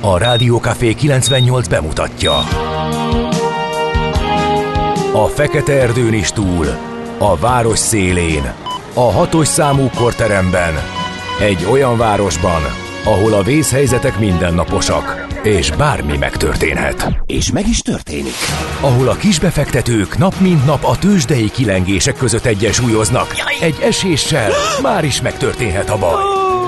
A Rádió Café 98 bemutatja. A fekete erdőn is túl, a város szélén, a 6-os számú korteremben, egy olyan városban, ahol a vészhelyzetek mindennaposak, és bármi megtörténhet. És meg is történik. Ahol a kisbefektetők nap mint nap a tőzsdei kilengések között egyensúlyoznak. Egy eséssel már is megtörténhet a baj.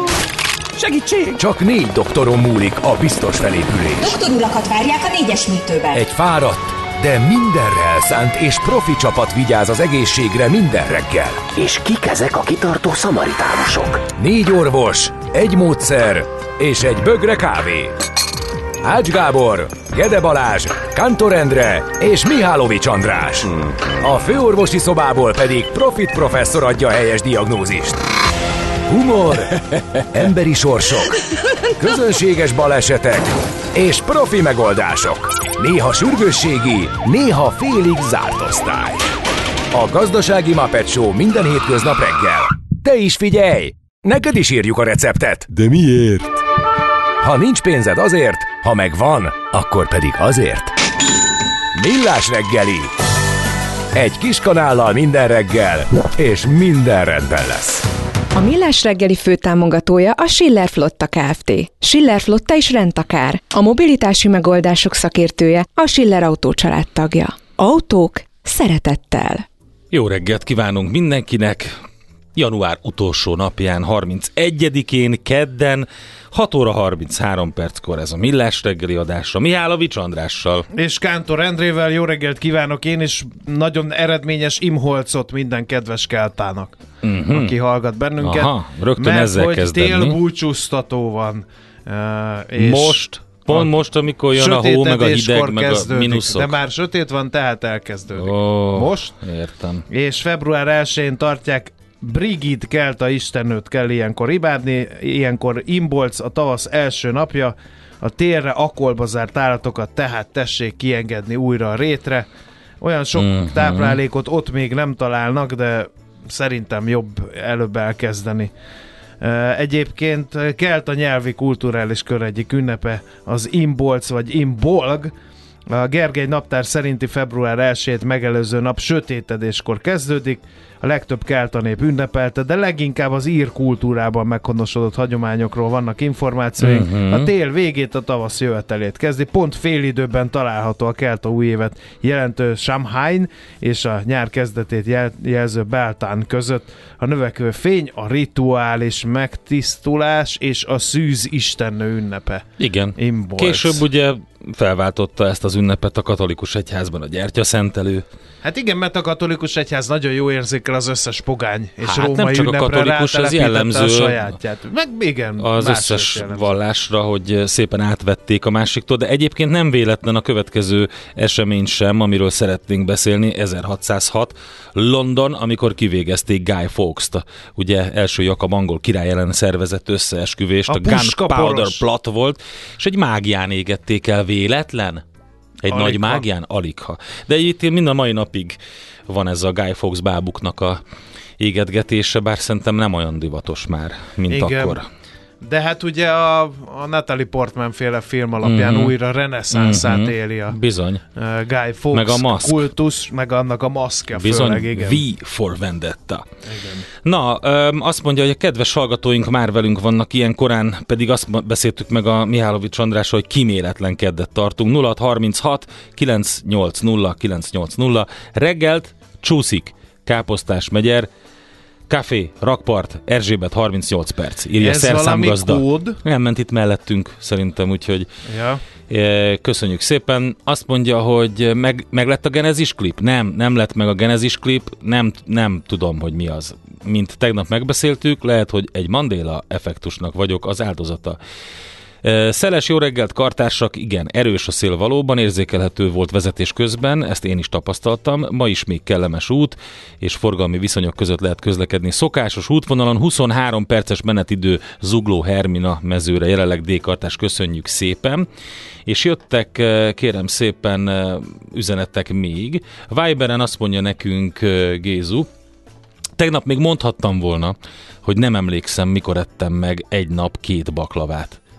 Segítség! Csak 4 doktoron múlik a biztos felépülés. Doktorulakat várják a 4-es műtőben. Egy fáradt, de mindenre elszánt és profi csapat vigyáz az egészségre minden reggel. És kik ezek a kitartó szamaritánusok? 4 orvos, egy módszer és egy bögre kávé. Ács Gábor, Gede Balázs, Kántor Endre és Mihálovics András. A főorvosi szobából pedig Profit professzor adja a helyes diagnózist. Humor, emberi sorsok, közönséges balesetek és profi megoldások. Néha sürgősségi, néha félig zárt osztály. A Gazdasági Muppet Show minden hétköznap reggel. Te is figyelj! Neked is írjuk a receptet. De miért? Ha nincs pénzed azért, ha megvan, akkor pedig azért. Millás reggeli. Egy kis kanállal minden reggel, és minden rendben lesz. A Millás reggeli főtámogatója a Schiller Flotta Kft. Schiller Flotta is rendtakár. A mobilitási megoldások szakértője, a Schiller Autó család tagja. Autók szeretettel. Jó reggelt kívánunk mindenkinek! Január utolsó napján, 31-én, kedden, 6 óra 33 perckor ez a Millás reggeli adása Mihálovics Andrással. És Kántor Endrével jó reggelt kívánok én is, nagyon eredményes imholcot minden kedves keltának, aki hallgat bennünket. Aha, rögtön mert ezzel hogy kezdeni. télbúcsúztató van. És pont most, amikor jön a hó, meg a hideg, meg a mínuszok. De már sötét van, tehát elkezdődik. Most. Értem. És február 1-én tartják Brigid kelta istennőt kell ilyenkor imádni, ilyenkor Imbolc a tavasz első napja, a térre akolba zárt állatokat tehát tessék kiengedni újra a rétre. Olyan sok táplálékot ott még nem találnak, de szerintem jobb előbb elkezdeni. Egyébként kelta nyelvi kulturális kör egyik ünnepe az Imbolc vagy Imbolg. A Gergely naptár szerinti február 1-ét megelőző nap sötétedéskor kezdődik, a legtöbb kelta nép ünnepelte, de leginkább az ír kultúrában meghonosodott hagyományokról vannak információink. A tél végét, a tavasz jövetelét kezdi, pont félidőben található a kelta újévet jelentő Samhain és a nyár kezdetét jelző Beltán között a növekvő fény, a rituális megtisztulás és a szűz istennő ünnepe. Igen. Imbolc. Később ugye felváltotta ezt az ünnepet a katolikus egyházban a gyertyaszentelő. Hát igen, mert a katolikus egyház nagyon jó érzékel az összes pogány és Hát római nem csak a ünnepre katolikus, az jellemző a sajátját. Meg igen, az összes vallásra, hogy szépen átvették a másiktól, de egyébként nem véletlen a következő esemény sem, amiről szeretnénk beszélni, 1606, London, amikor kivégezték Guy Fawkes-t, ugye első Jakab angol király ellen szervezett összeesküvést, a Gunpowder Plot volt, és egy mágián égették el, véletlen? Egy aligha. Nagy mágián? Aligha. De itt mind a mai napig van ez a Guy Fawkes bábuknak a égetgetése, bár szerintem nem olyan divatos már, mint igen. Akkor. De hát ugye a Natalie Portman féle film alapján újra reneszánszát éli a bizony. Guy Fawkes meg a maszk. Kultusz, meg annak a maszkja bizony, főleg, igen. V for Vendetta. Igen. Na, azt mondja, hogy a kedves hallgatóink már velünk vannak ilyen korán, pedig azt beszéltük meg a Mihálovics Andrással, hogy kíméletlen keddet tartunk. 0636 980 980 reggelt csúszik Káposztás megyer, Café, Rakpart, Erzsébet 38 perc. Írja ez szerszámgazda. valami kód? Nem ment itt mellettünk szerintem, úgyhogy köszönjük szépen. Azt mondja, hogy meg lett a Genesis klip? Nem lett meg a Genesis klip. Nem tudom, hogy mi az. Mint tegnap megbeszéltük, lehet, hogy egy Mandela effektusnak vagyok az áldozata. Szeles, jó reggelt, kartársak, igen, erős a szél valóban, érzékelhető volt vezetés közben, ezt én is tapasztaltam, ma is még kellemes út, és forgalmi viszonyok között lehet közlekedni. Szokásos útvonalon 23 perces menetidő Zugló Hermina mezőre, jelenleg D-kartás, köszönjük szépen. És jöttek, kérem szépen, üzenetek még. Viberen azt mondja nekünk Gézu, tegnap még mondhattam volna, hogy nem emlékszem, mikor ettem meg egy nap 2 baklavát.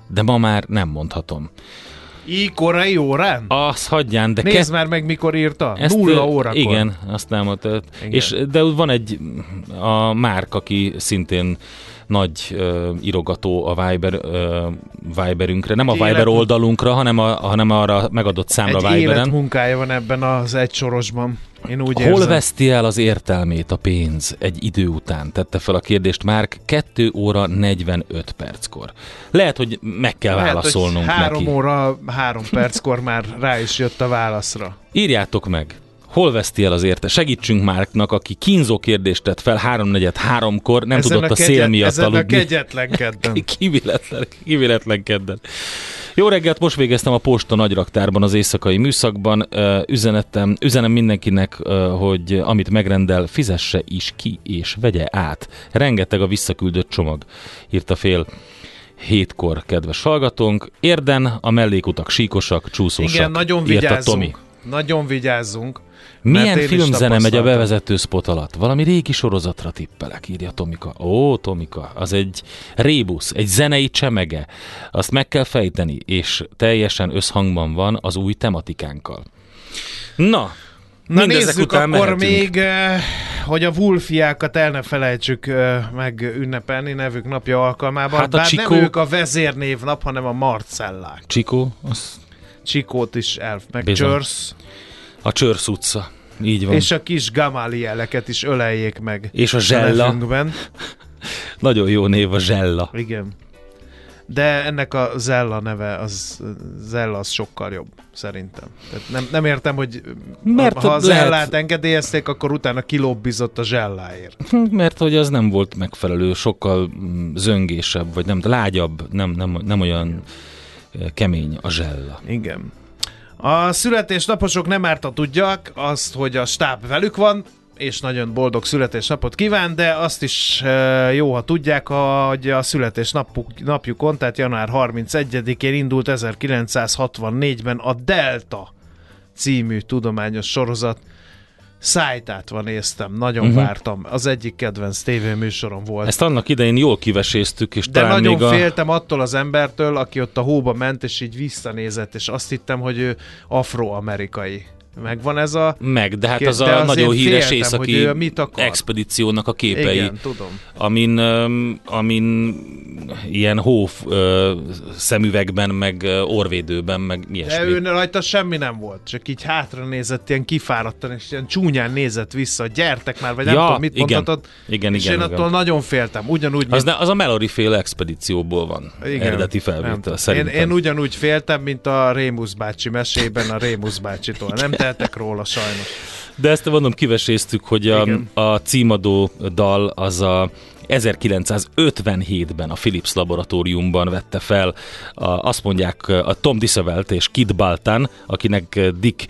de ma már nem mondhatom. Korai órán? Azt hagyján, de... Nézd már meg, mikor írta. 0 órakor. Igen, azt nem mondta. De van egy a Márk, aki szintén nagy írogató a Viberünkre. Nem a Viber oldalunkra, hanem arra megadott számra egy Viberen. Életmunkája van ebben az egy sorosban. Én úgy Hol érzem. veszti el az értelmét a pénz egy idő után? Tette fel a kérdést Márk 2 óra 45 perckor. Lehet, hogy meg kell válaszolnunk neki. 3 óra 3 perckor már rá is jött a válaszra. Írjátok meg, hol veszti el az érte? Segítsünk Márknak, aki kínzó kérdést tett fel 3:43-kor, nem ezen tudott a szél miatt aludni. Ezen a kegyetlen kedden. Kivéletlen kedden. Jó reggelt, most végeztem a Posta nagyraktárban az éjszakai műszakban. Üzenem mindenkinek, hogy amit megrendel, fizesse is ki és vegye át. Rengeteg a visszaküldött csomag, írta fél 7-kor kedves hallgatónk. Érden a mellékutak síkosak, csúszósak. Igen, nagyon vigyázzunk. Nagyon vigyázzunk. Milyen filmzene megy a bevezető spot alatt? Valami régi sorozatra tippelek, írja Tomika. Ó, Tomika, az egy rébusz, egy zenei csemege. Azt meg kell fejteni, és teljesen összhangban van az új tematikánkkal. Na nézzük után akkor mehetünk. még, hogy a Wulfiákat el ne felejtsük meg ünnepelni nevük napja alkalmában. Hát a bár Csikó... nem ők a vezérnévnap, hanem a Marcellák. Csikó? Csikót is meg Bizony. Csörsz. A Csörsz utca. Így van. És a kis Gamalieleket is öleljék meg. És a Zsella. Nagyon jó név a Zsella. Igen. De ennek a Zella neve, Zella az sokkal jobb, szerintem. Tehát nem értem, hogy ha a Zellát engedélyezték, akkor utána kilobbizott a Zselláért. Mert hogy az nem volt megfelelő, sokkal zöngésebb, vagy nem, lágyabb, nem olyan kemény a Zsella. Igen. A születésnaposok nem árt, ha tudják azt, hogy a stáb velük van, és nagyon boldog születésnapot kíván, de azt is jó, ha tudják, hogy a születésnapjukon, tehát január 31-én indult 1964-ben a Delta című tudományos sorozat. Szájtátva néztem, nagyon vártam. Az egyik kedvenc tévéműsorom volt. Ezt annak idején jól kiveséztük, és de talán nagyon még féltem attól az embertől, aki ott a hóba ment, és így visszanézett, és azt hittem, hogy ő afroamerikai. Megvan ez a... de hát az a nagyon híres északi expedíciónak a képei. Igen, tudom. Amin ilyen hóf szemüvegben, meg orvédőben, meg ilyesmi. De ő rajta semmi nem volt, csak így hátra nézett, ilyen kifáradtan, és ilyen csúnyán nézett vissza, gyertek már, vagy nem tudom, mit mondhatod. Igen, és én attól nagyon féltem, ugyanúgy, az a Mallory féle expedícióból van, eredeti felvétel szerintem. Én ugyanúgy féltem, mint a Rémusz bácsi mesében a Rémusz bácsitól. Nem tehetek róla sajnos. De ezt mondom, kiveséztük, hogy a címadó dal az a 1957-ben a Philips laboratóriumban vette fel, azt mondják, a Tom Disavelt és Kid Baltan, akinek Dick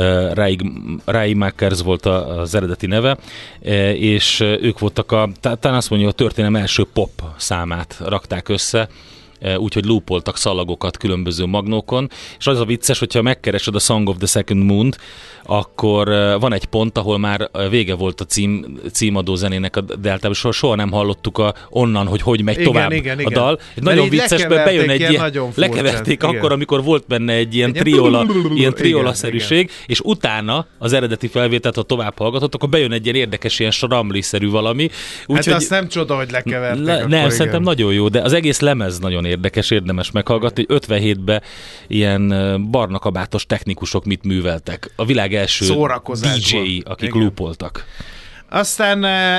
Reimakers volt az eredeti neve, és ők voltak talán azt mondja, a történelem első pop számát rakták össze, úgyhogy loopoltak szalagokat különböző magnókon, és az a vicces, hogyha megkeresed a Song of the Second Moon-t, akkor van egy pont, ahol már vége volt a címadó zenének a Deltában, soha nem hallottuk onnan, hogy megy tovább a dal. Nagyon vicces, mert bejön egy ilyen, lekeverték akkor, amikor volt benne egy ilyen triola-szerűség, és utána az eredeti felvételt, ha tovább hallgatott, akkor bejön egy ilyen érdekes, ilyen sramli-szerű valami. Hát azt nem csoda, hogy lekeverték. Nem, szerintem nagyon jó, de az egész lemez nagyon érdekes, érdemes meghallgatni, hogy 57-ben ilyen barna kabátos technikusok mit műveltek. A világ első DJ-i, akik loopoltak. Aztán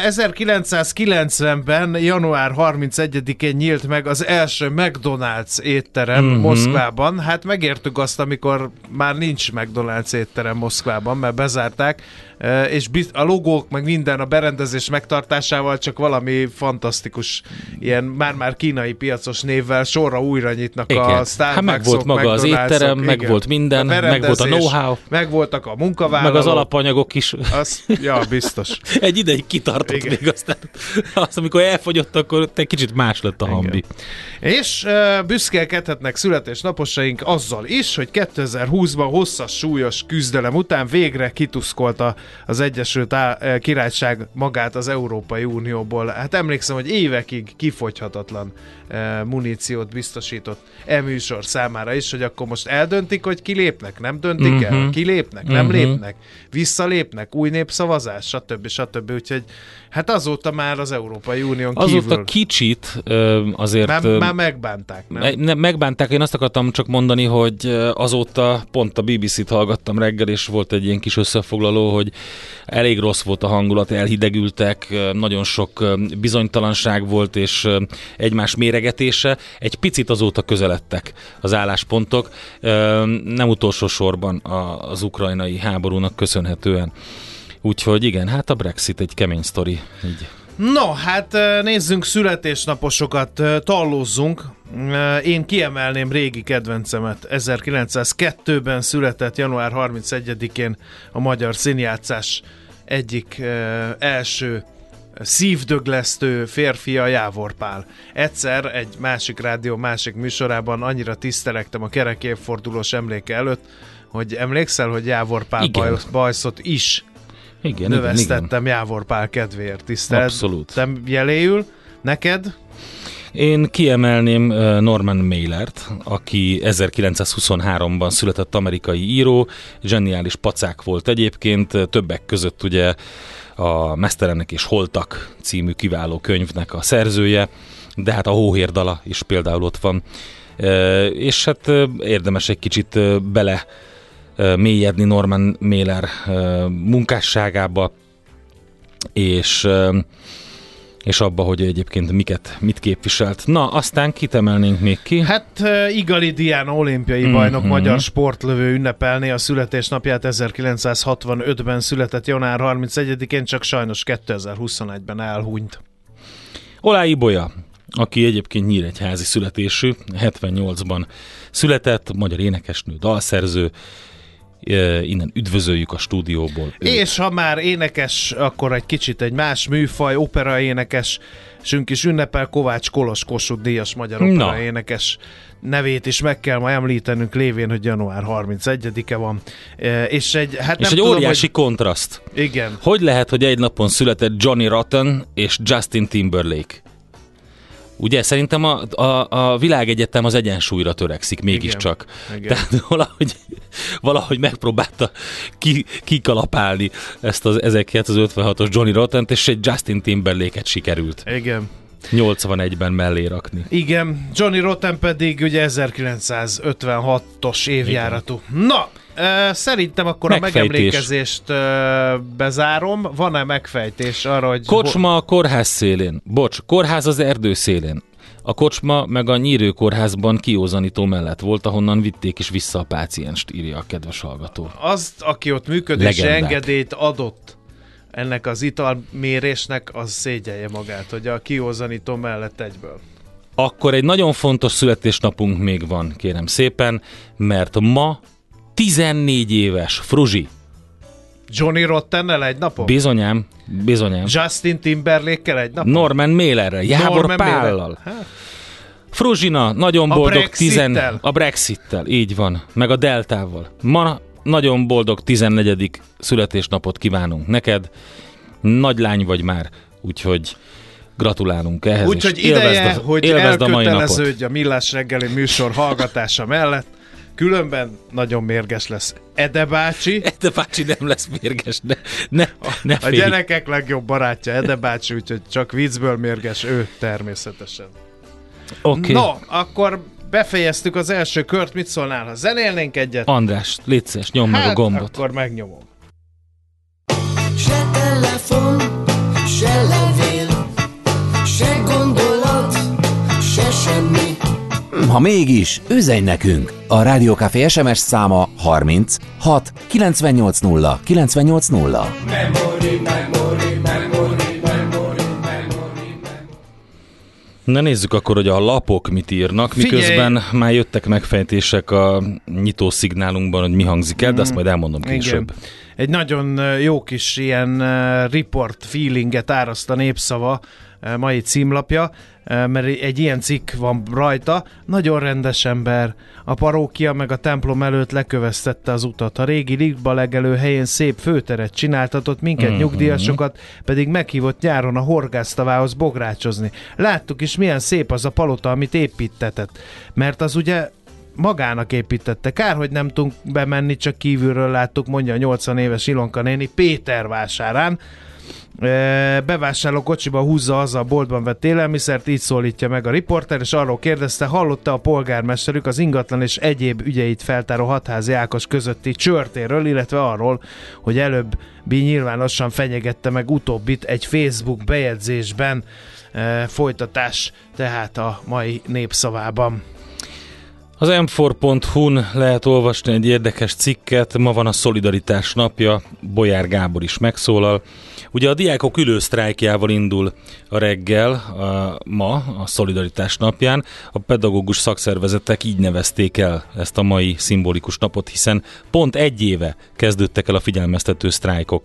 1990-ben, január 31-én nyílt meg az első McDonald's étterem Moszkvában. Hát megértük azt, amikor már nincs McDonald's étterem Moszkvában, mert bezárták, és a logók, meg minden a berendezés megtartásával csak valami fantasztikus, ilyen már kínai piacos névvel sorra újra nyitnak a Starbucksok, hát meg volt maga az étterem, meg volt minden, meg volt a know-how, meg voltak a munkavállalók. meg az alapanyagok is. Ja, biztos. egy ideig kitartott. Igen. Még aztán amikor elfogyott, akkor egy kicsit más lett a hambi. Igen. És büszkélkedhetnek születésnaposaink azzal is, hogy 2020-ban hosszas, súlyos küzdelem után végre kituszkolta az Egyesült Királyság magát az Európai Unióból. Hát emlékszem, hogy évekig kifogyhatatlan muníciót biztosított műsor számára is, hogy akkor most eldöntik, hogy kilépnek, nem döntik el, kilépnek, nem lépnek, visszalépnek, új népszavazás, stb. Úgyhogy hát azóta már az Európai Unión kívül. Azóta kicsit azért... Már megbánták, nem? Megbánták, én azt akartam csak mondani, hogy azóta pont a BBC-t hallgattam reggel, és volt egy ilyen kis összefoglaló, hogy elég rossz volt a hangulat, elhidegültek, nagyon sok bizonytalanság volt, és egymás méregetése. Egy picit azóta közeledtek az álláspontok, nem utolsó sorban az ukrajnai háborúnak köszönhetően. Úgyhogy igen, hát a Brexit egy kemény sztori. Így. No, hát nézzünk születésnaposokat, tallózzunk. Én kiemelném régi kedvencemet. 1902-ben született január 31-én a magyar színjátszás egyik első szívdöglesztő férfia, Jávor Pál. Egyszer egy másik rádió, másik műsorában annyira tisztelektem a kerek évfordulós emléke előtt, hogy emlékszel, hogy Jávor Pál bajszot is növesztettem Jávor Pál kedvéért. Tisztelt. Abszolút. Te jeléül. Neked? Én kiemelném Norman Mailert, aki 1923-ban született amerikai író, zseniális pacák volt egyébként, többek között ugye a Mesztelenek és Holtak című kiváló könyvnek a szerzője, de hát a Hóhérdala is például ott van. És hát érdemes egy kicsit bele mélyedni Norman Mailer munkásságába, és abba, hogy egyébként mit képviselt. Na, aztán kit emelnénk még ki? Hát Igali Diana olimpiai bajnok, magyar sportlövő ünnepelné a születésnapját. 1965-ben született január 31-én, csak sajnos 2021-ben elhunyt. Olá Ibolya, aki egyébként nyíregyházi születésű, 78-ban született, magyar énekesnő, dalszerző, innen üdvözöljük a stúdióból. És ha már énekes, akkor egy kicsit egy más műfaj, operaénekesünk is ünnepel, Kovács Kolos, Kossuth Díjas magyar operaénekes nevét is meg kell ma említenünk, lévén, hogy január 31-e van. És egy óriási kontraszt. Igen. Hogy lehet, hogy egy napon született Johnny Rotten és Justin Timberlake? Ugye szerintem a világegyetem az egyensúlyra törekszik mégiscsak. Igen. Tehát valahogy megpróbálta kikalapálni ezt az 1956-os Johnny Rottent, és egy Justin Timberlake-et sikerült. Igen. 81-ben mellé rakni. Igen, Johnny Rotten pedig ugye 1956-os évjáratú. Na, szerintem akkor a megemlékezést bezárom. Van-e megfejtés arra, hogy... Kocsma a kórház szélén. Kórház az erdő szélén. A kocsma meg a Nyírő kórházban kiózanító mellett volt, ahonnan vitték is vissza a pácienst, írja a kedves hallgató. Azt, aki ott működési engedélyt adott ennek az italmérésnek, az szégyelje magát, hogy a kiózanító mellett egyből. Akkor egy nagyon fontos születésnapunk még van, kérem szépen, mert ma 14 éves Fruzsi. Johnny Rottennel egy napon? Bizonyám. Justin Timberlake-kel egy napon? Norman Mailerrel, Jávor Pállal. Fruzsina, nagyon boldog a Brexittel, így van, meg a Deltával. Ma nagyon boldog 14. születésnapot kívánunk neked. Nagy lány vagy már, úgyhogy gratulálunk ehhez. Úgyhogy ideje, hogy elköteleződj a Millás reggeli műsor hallgatása mellett. Különben nagyon mérges lesz Ede bácsi. Ede bácsi nem lesz mérges, ne a gyerekek legjobb barátja Ede bácsi, úgyhogy csak viccből mérges ő természetesen. Okay. No, akkor befejeztük az első kört, mit szólnál, ha zenélnénk egyet? András, légy szíves, nyomd meg a gombot. Akkor megnyomom. Se telefon, se levél, se gondolat, se semmi. Ha mégis, üzenj nekünk! A Rádió Café SMS száma 30 6 980 980. Memory. Na nézzük akkor, hogy a lapok mit írnak, miközben már jöttek megfejtések a nyitószignálunkban, hogy mi hangzik el, de azt majd elmondom később. Igen. Egy nagyon jó kis ilyen report feelinget áraszt a Népszava mai címlapja, mert egy ilyen cikk van rajta. Nagyon rendes ember. A parókia meg a templom előtt leköveztette az utat. A régi liftba legelő helyén szép főteret csináltatott, minket nyugdíjasokat pedig meghívott nyáron a horgásztavához bográcsozni. Láttuk is, milyen szép az a palota, amit építetett. Mert az ugye magának építette. Kár, hogy nem tudunk bemenni, csak kívülről láttuk, mondja a 80 éves Ilonka néni Pétervásárán. Bevásárló kocsiba húzza haza a boltban vett élelmiszert, így szólítja meg a riporter, és arról kérdezte, hallotta a polgármesterük az ingatlan és egyéb ügyeit feltáró Hatházi Ákos közötti csörtéről, illetve arról, hogy előbbi nyilvánosan fenyegette meg utóbbit egy Facebook bejegyzésben. Folytatás tehát a mai Népszavában. Az m4.hu-n lehet olvasni egy érdekes cikket, ma van a Szolidaritás napja, Bolyár Gábor is megszólal. Ugye a diákok ülősztrájkjával indul a reggel ma, a Szolidaritás napján. A pedagógus szakszervezetek így nevezték el ezt a mai szimbolikus napot, hiszen pont egy éve kezdődtek el a figyelmeztető sztrájkok,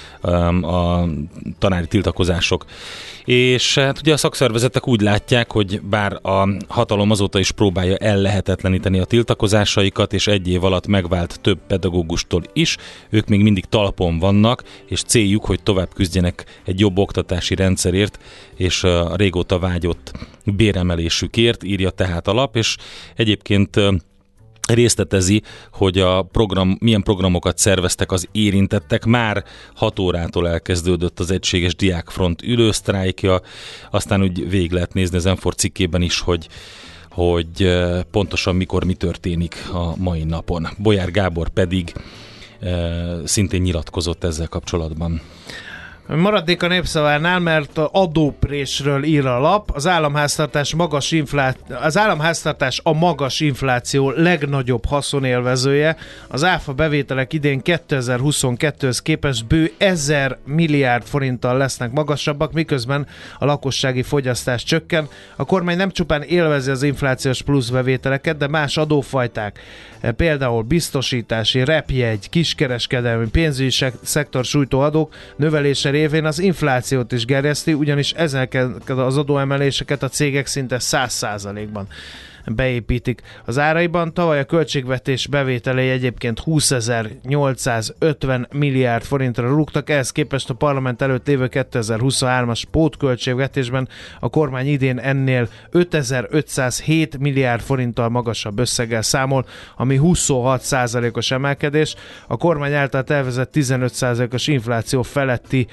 a tanári tiltakozások. És hát ugye a szakszervezetek úgy látják, hogy bár a hatalom azóta is próbálja ellehetetleníteni a tiltakozásaikat, és egy év alatt megvált több pedagógustól is, ők még mindig talpon vannak, és céljuk, hogy tovább küzdjenek egy jobb oktatási rendszerért, és a régóta vágyott béremelésükért, írja tehát a lap, és egyébként részletezi, hogy milyen programokat szerveztek az érintettek. Már 6 órától elkezdődött az Egységes Diákfront ülősztrájkja, aztán úgy végig lehet nézni az M4 cikkében is, hogy pontosan mikor mi történik a mai napon. Bolyár Gábor pedig szintén nyilatkozott ezzel kapcsolatban. Maradnék a Népszavánál, mert adóprésről ír a lap. Az államháztartás a magas infláció legnagyobb haszonélvezője. Az áfa bevételek idén 2022-höz képest bő 1000 milliárd forinttal lesznek magasabbak, miközben a lakossági fogyasztás csökken. A kormány nem csupán élvezi az inflációs plusz bevételeket, de más adófajták, például biztosítási, repjegy, kiskereskedelmi, pénzügyi szektor sújtó adók növelése révén az inflációt is gerjeszti, ugyanis ezeket az adóemeléseket a cégek szinte 100%-ban beépítik az áraiban. Tavaly a költségvetés bevételei egyébként 20.850 milliárd forintra rúgtak, ehhez képest a parlament előtt lévő 2023-as pótköltségvetésben a kormány idén ennél 5.507 milliárd forinttal magasabb összeggel számol, ami 26%-os emelkedés. A kormány által tervezett 15%-os infláció feletti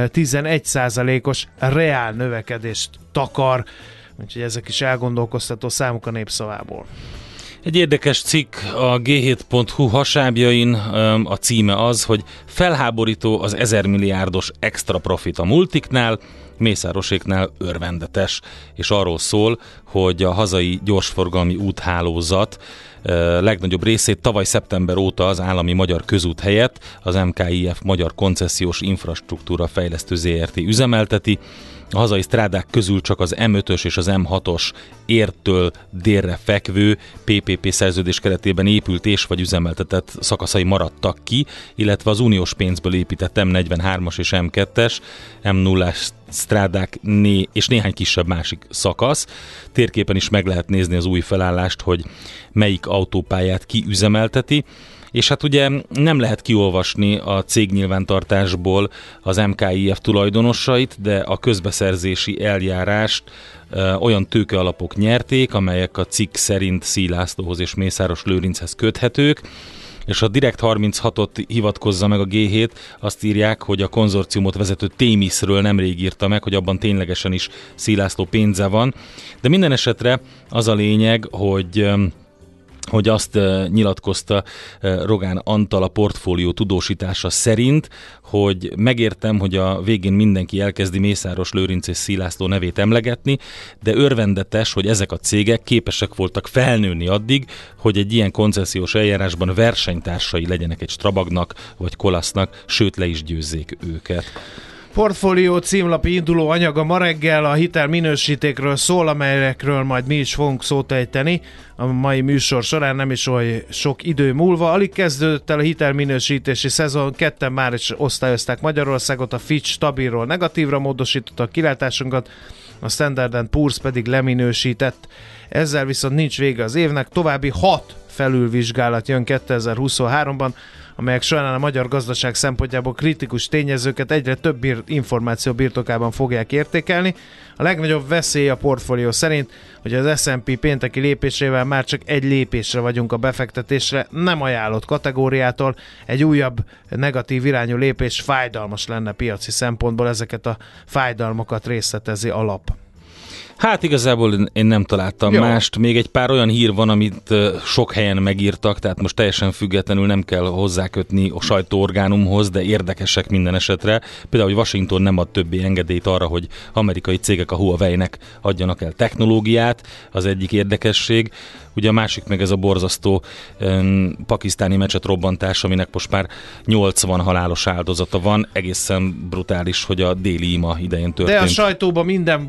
11%-os reál növekedést takar. Úgyhogy ezek is elgondolkoztató számuk a Népszavából. Egy érdekes cikk a G7.hu hasábjain, a címe az, hogy felháborító az 1000 milliárdos extra profit a multiknál, Mészároséknál örvendetes, és arról szól, hogy a hazai gyorsforgalmi úthálózat legnagyobb részét tavaly szeptember óta az állami magyar közút helyett az MKIF Magyar Koncesziós Infrastruktúra Fejlesztő ZRT üzemelteti. A hazai strádák közül csak az M5-ös és az M6-os Értől délre fekvő PPP szerződés keretében épült és vagy üzemeltetett szakaszai maradtak ki, illetve az uniós pénzből épített M43-as és M2-es, M0-as strádák és néhány kisebb másik szakasz. Térképen is meg lehet nézni az új felállást, hogy melyik autópályát ki üzemelteti. És hát ugye nem lehet kiolvasni a cégnyilvántartásból az MKIF tulajdonosait, de a közbeszerzési eljárást olyan tőkealapok nyerték, amelyek a cikk szerint Szíj Lászlóhoz és Mészáros Lőrinchez köthetők, és a Direkt 36-ot hivatkozza meg a G7, azt írják, hogy a konzorciumot vezető Témiszről nemrég írta meg, hogy abban ténylegesen is Szíj László pénze van, de minden esetre az a lényeg, hogy azt nyilatkozta Rogán Antal a Portfólió tudósítása szerint, hogy megértem, hogy a végén mindenki elkezdi Mészáros Lőrinc és Szíj László nevét emlegetni, de örvendetes, hogy ezek a cégek képesek voltak felnőni addig, hogy egy ilyen koncesziós eljárásban versenytársai legyenek egy Strabagnak vagy Kolasznak, sőt le is győzzék őket. Portfólió címlapi induló anyaga ma reggel a hitelminősítékről szól, amelyekről majd mi is fogunk szót ejteni a mai műsor során, nem is oly sok idő múlva. Alig kezdődött el a hitelminősítési szezon, ketten már is osztályozták Magyarországot, a Fitch stabilról negatívra módosította a kilátásunkat, a Standard & Poor's pedig leminősített. Ezzel viszont nincs vége az évnek, további 6 felülvizsgálat jön 2023-ban, amelyek során a magyar gazdaság szempontjából kritikus tényezőket egyre több információ birtokában fogják értékelni. A legnagyobb veszély a portfólió szerint, hogy az S&P pénteki lépésével már csak egy lépésre vagyunk a befektetésre nem ajánlott kategóriától. Egy újabb negatív irányú lépés fájdalmas lenne piaci szempontból, ezeket a fájdalmakat részletezi a lap. Hát igazából én nem találtam mást. Még egy pár olyan hír van, amit sok helyen megírtak, tehát most teljesen függetlenül nem kell hozzákötni a sajtóorgánumhoz, de érdekesek minden esetre. Például, hogy Washington nem ad többé engedélyt arra, hogy amerikai cégek a Huawei-nek adjanak el technológiát, az egyik érdekesség. Ugye a másik meg ez a borzasztó pakisztáni mecsetrobbantás, aminek most már 80 halálos áldozata van. Egészen brutális, hogy a déli ima idején történt. De a sajtóban minden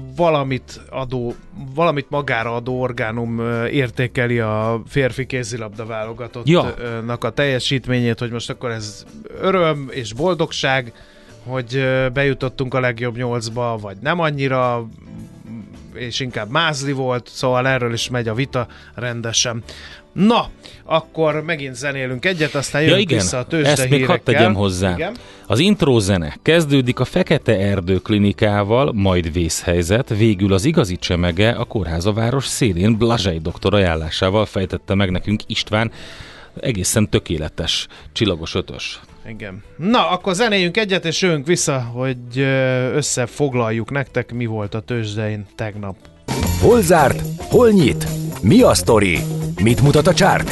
valamit magára adó orgánum értékeli a férfi kézilabda válogatottnak a teljesítményét, hogy most akkor ez öröm és boldogság, hogy bejutottunk a legjobb 8-ba, vagy nem annyira, és inkább mázli volt, szóval erről is megy a vita rendesen. Na, akkor megint zenélünk egyet, aztán jövünk vissza a tőzsdehírekkel. Ezt még hadd tegyem hozzá. Igen? Az intro zene kezdődik a Fekete Erdő klinikával, majd vészhelyzet, végül az igazi csemege a kórházaváros szélén Blazsely doktor ajánlásával fejtette meg nekünk István, egészen tökéletes, csillagos ötös. Igen. Na, akkor zenéljünk egyet, és jövünk vissza, hogy összefoglaljuk nektek, mi volt a tőzsdein tegnap. Hol zárt? Hol nyit? Mi a sztori? Mit mutat a csárt?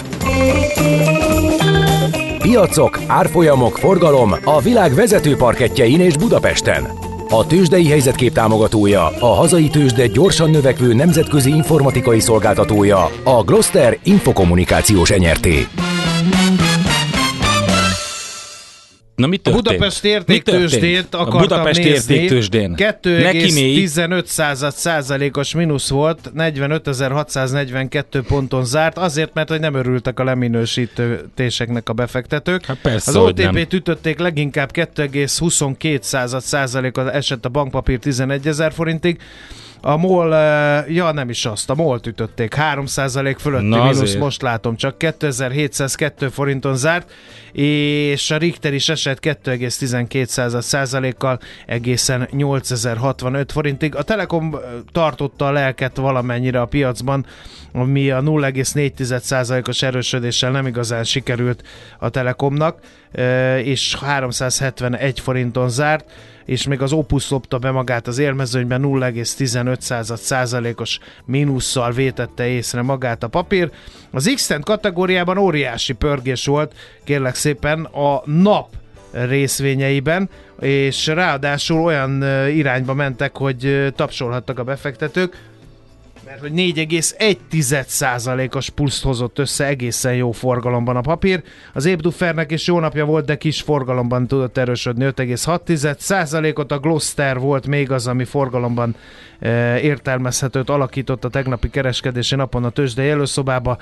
Piacok, árfolyamok, forgalom a világ vezető parkettjein és Budapesten. A tőzsdei helyzetkép támogatója, a hazai tőzsde gyorsan növekvő nemzetközi informatikai szolgáltatója, a Gloster Infokommunikációs Nrt. Na, mi történt? A Budapesti értéktőzsdét akartam nézni. 2,15%-os mínusz volt, 45.642 ponton zárt, azért, mert hogy nem örültek a leminősítéseknek a befektetők. Hát persze, az OTP-t ütötték leginkább, 2,22%-ot esett a bankpapír 11 000 forintig. A MOL, nem is azt, a MOL-t ütötték, 3% fölötti mínusz, most látom, csak 2702 forinton zárt, és a Richter is esett 2,12%-kal egészen 8065 forintig. A Telekom tartotta a lelket valamennyire a piacban, ami a 0,4%-os erősödéssel nem igazán sikerült a Telekomnak, és 371 forinton zárt, és még az Opus lopta be magát az élmezőnyben, 0,15%-os mínusszal vétette észre magát a papír. Az X-Tent kategóriában óriási pörgés volt, kérlek szépen, a nap részvényeiben, és ráadásul olyan irányba mentek, hogy tapsolhattak a befektetők, mert hogy 4,1%-os pluszt hozott össze, egészen jó forgalomban a papír. Az Ébduffernek is jó napja volt, de kis forgalomban tudott erősödni, 5,6%-ot. A Gloster volt még az, ami forgalomban értelmezhetőt alakított a tegnapi kereskedési napon a tőzsdei előszobába,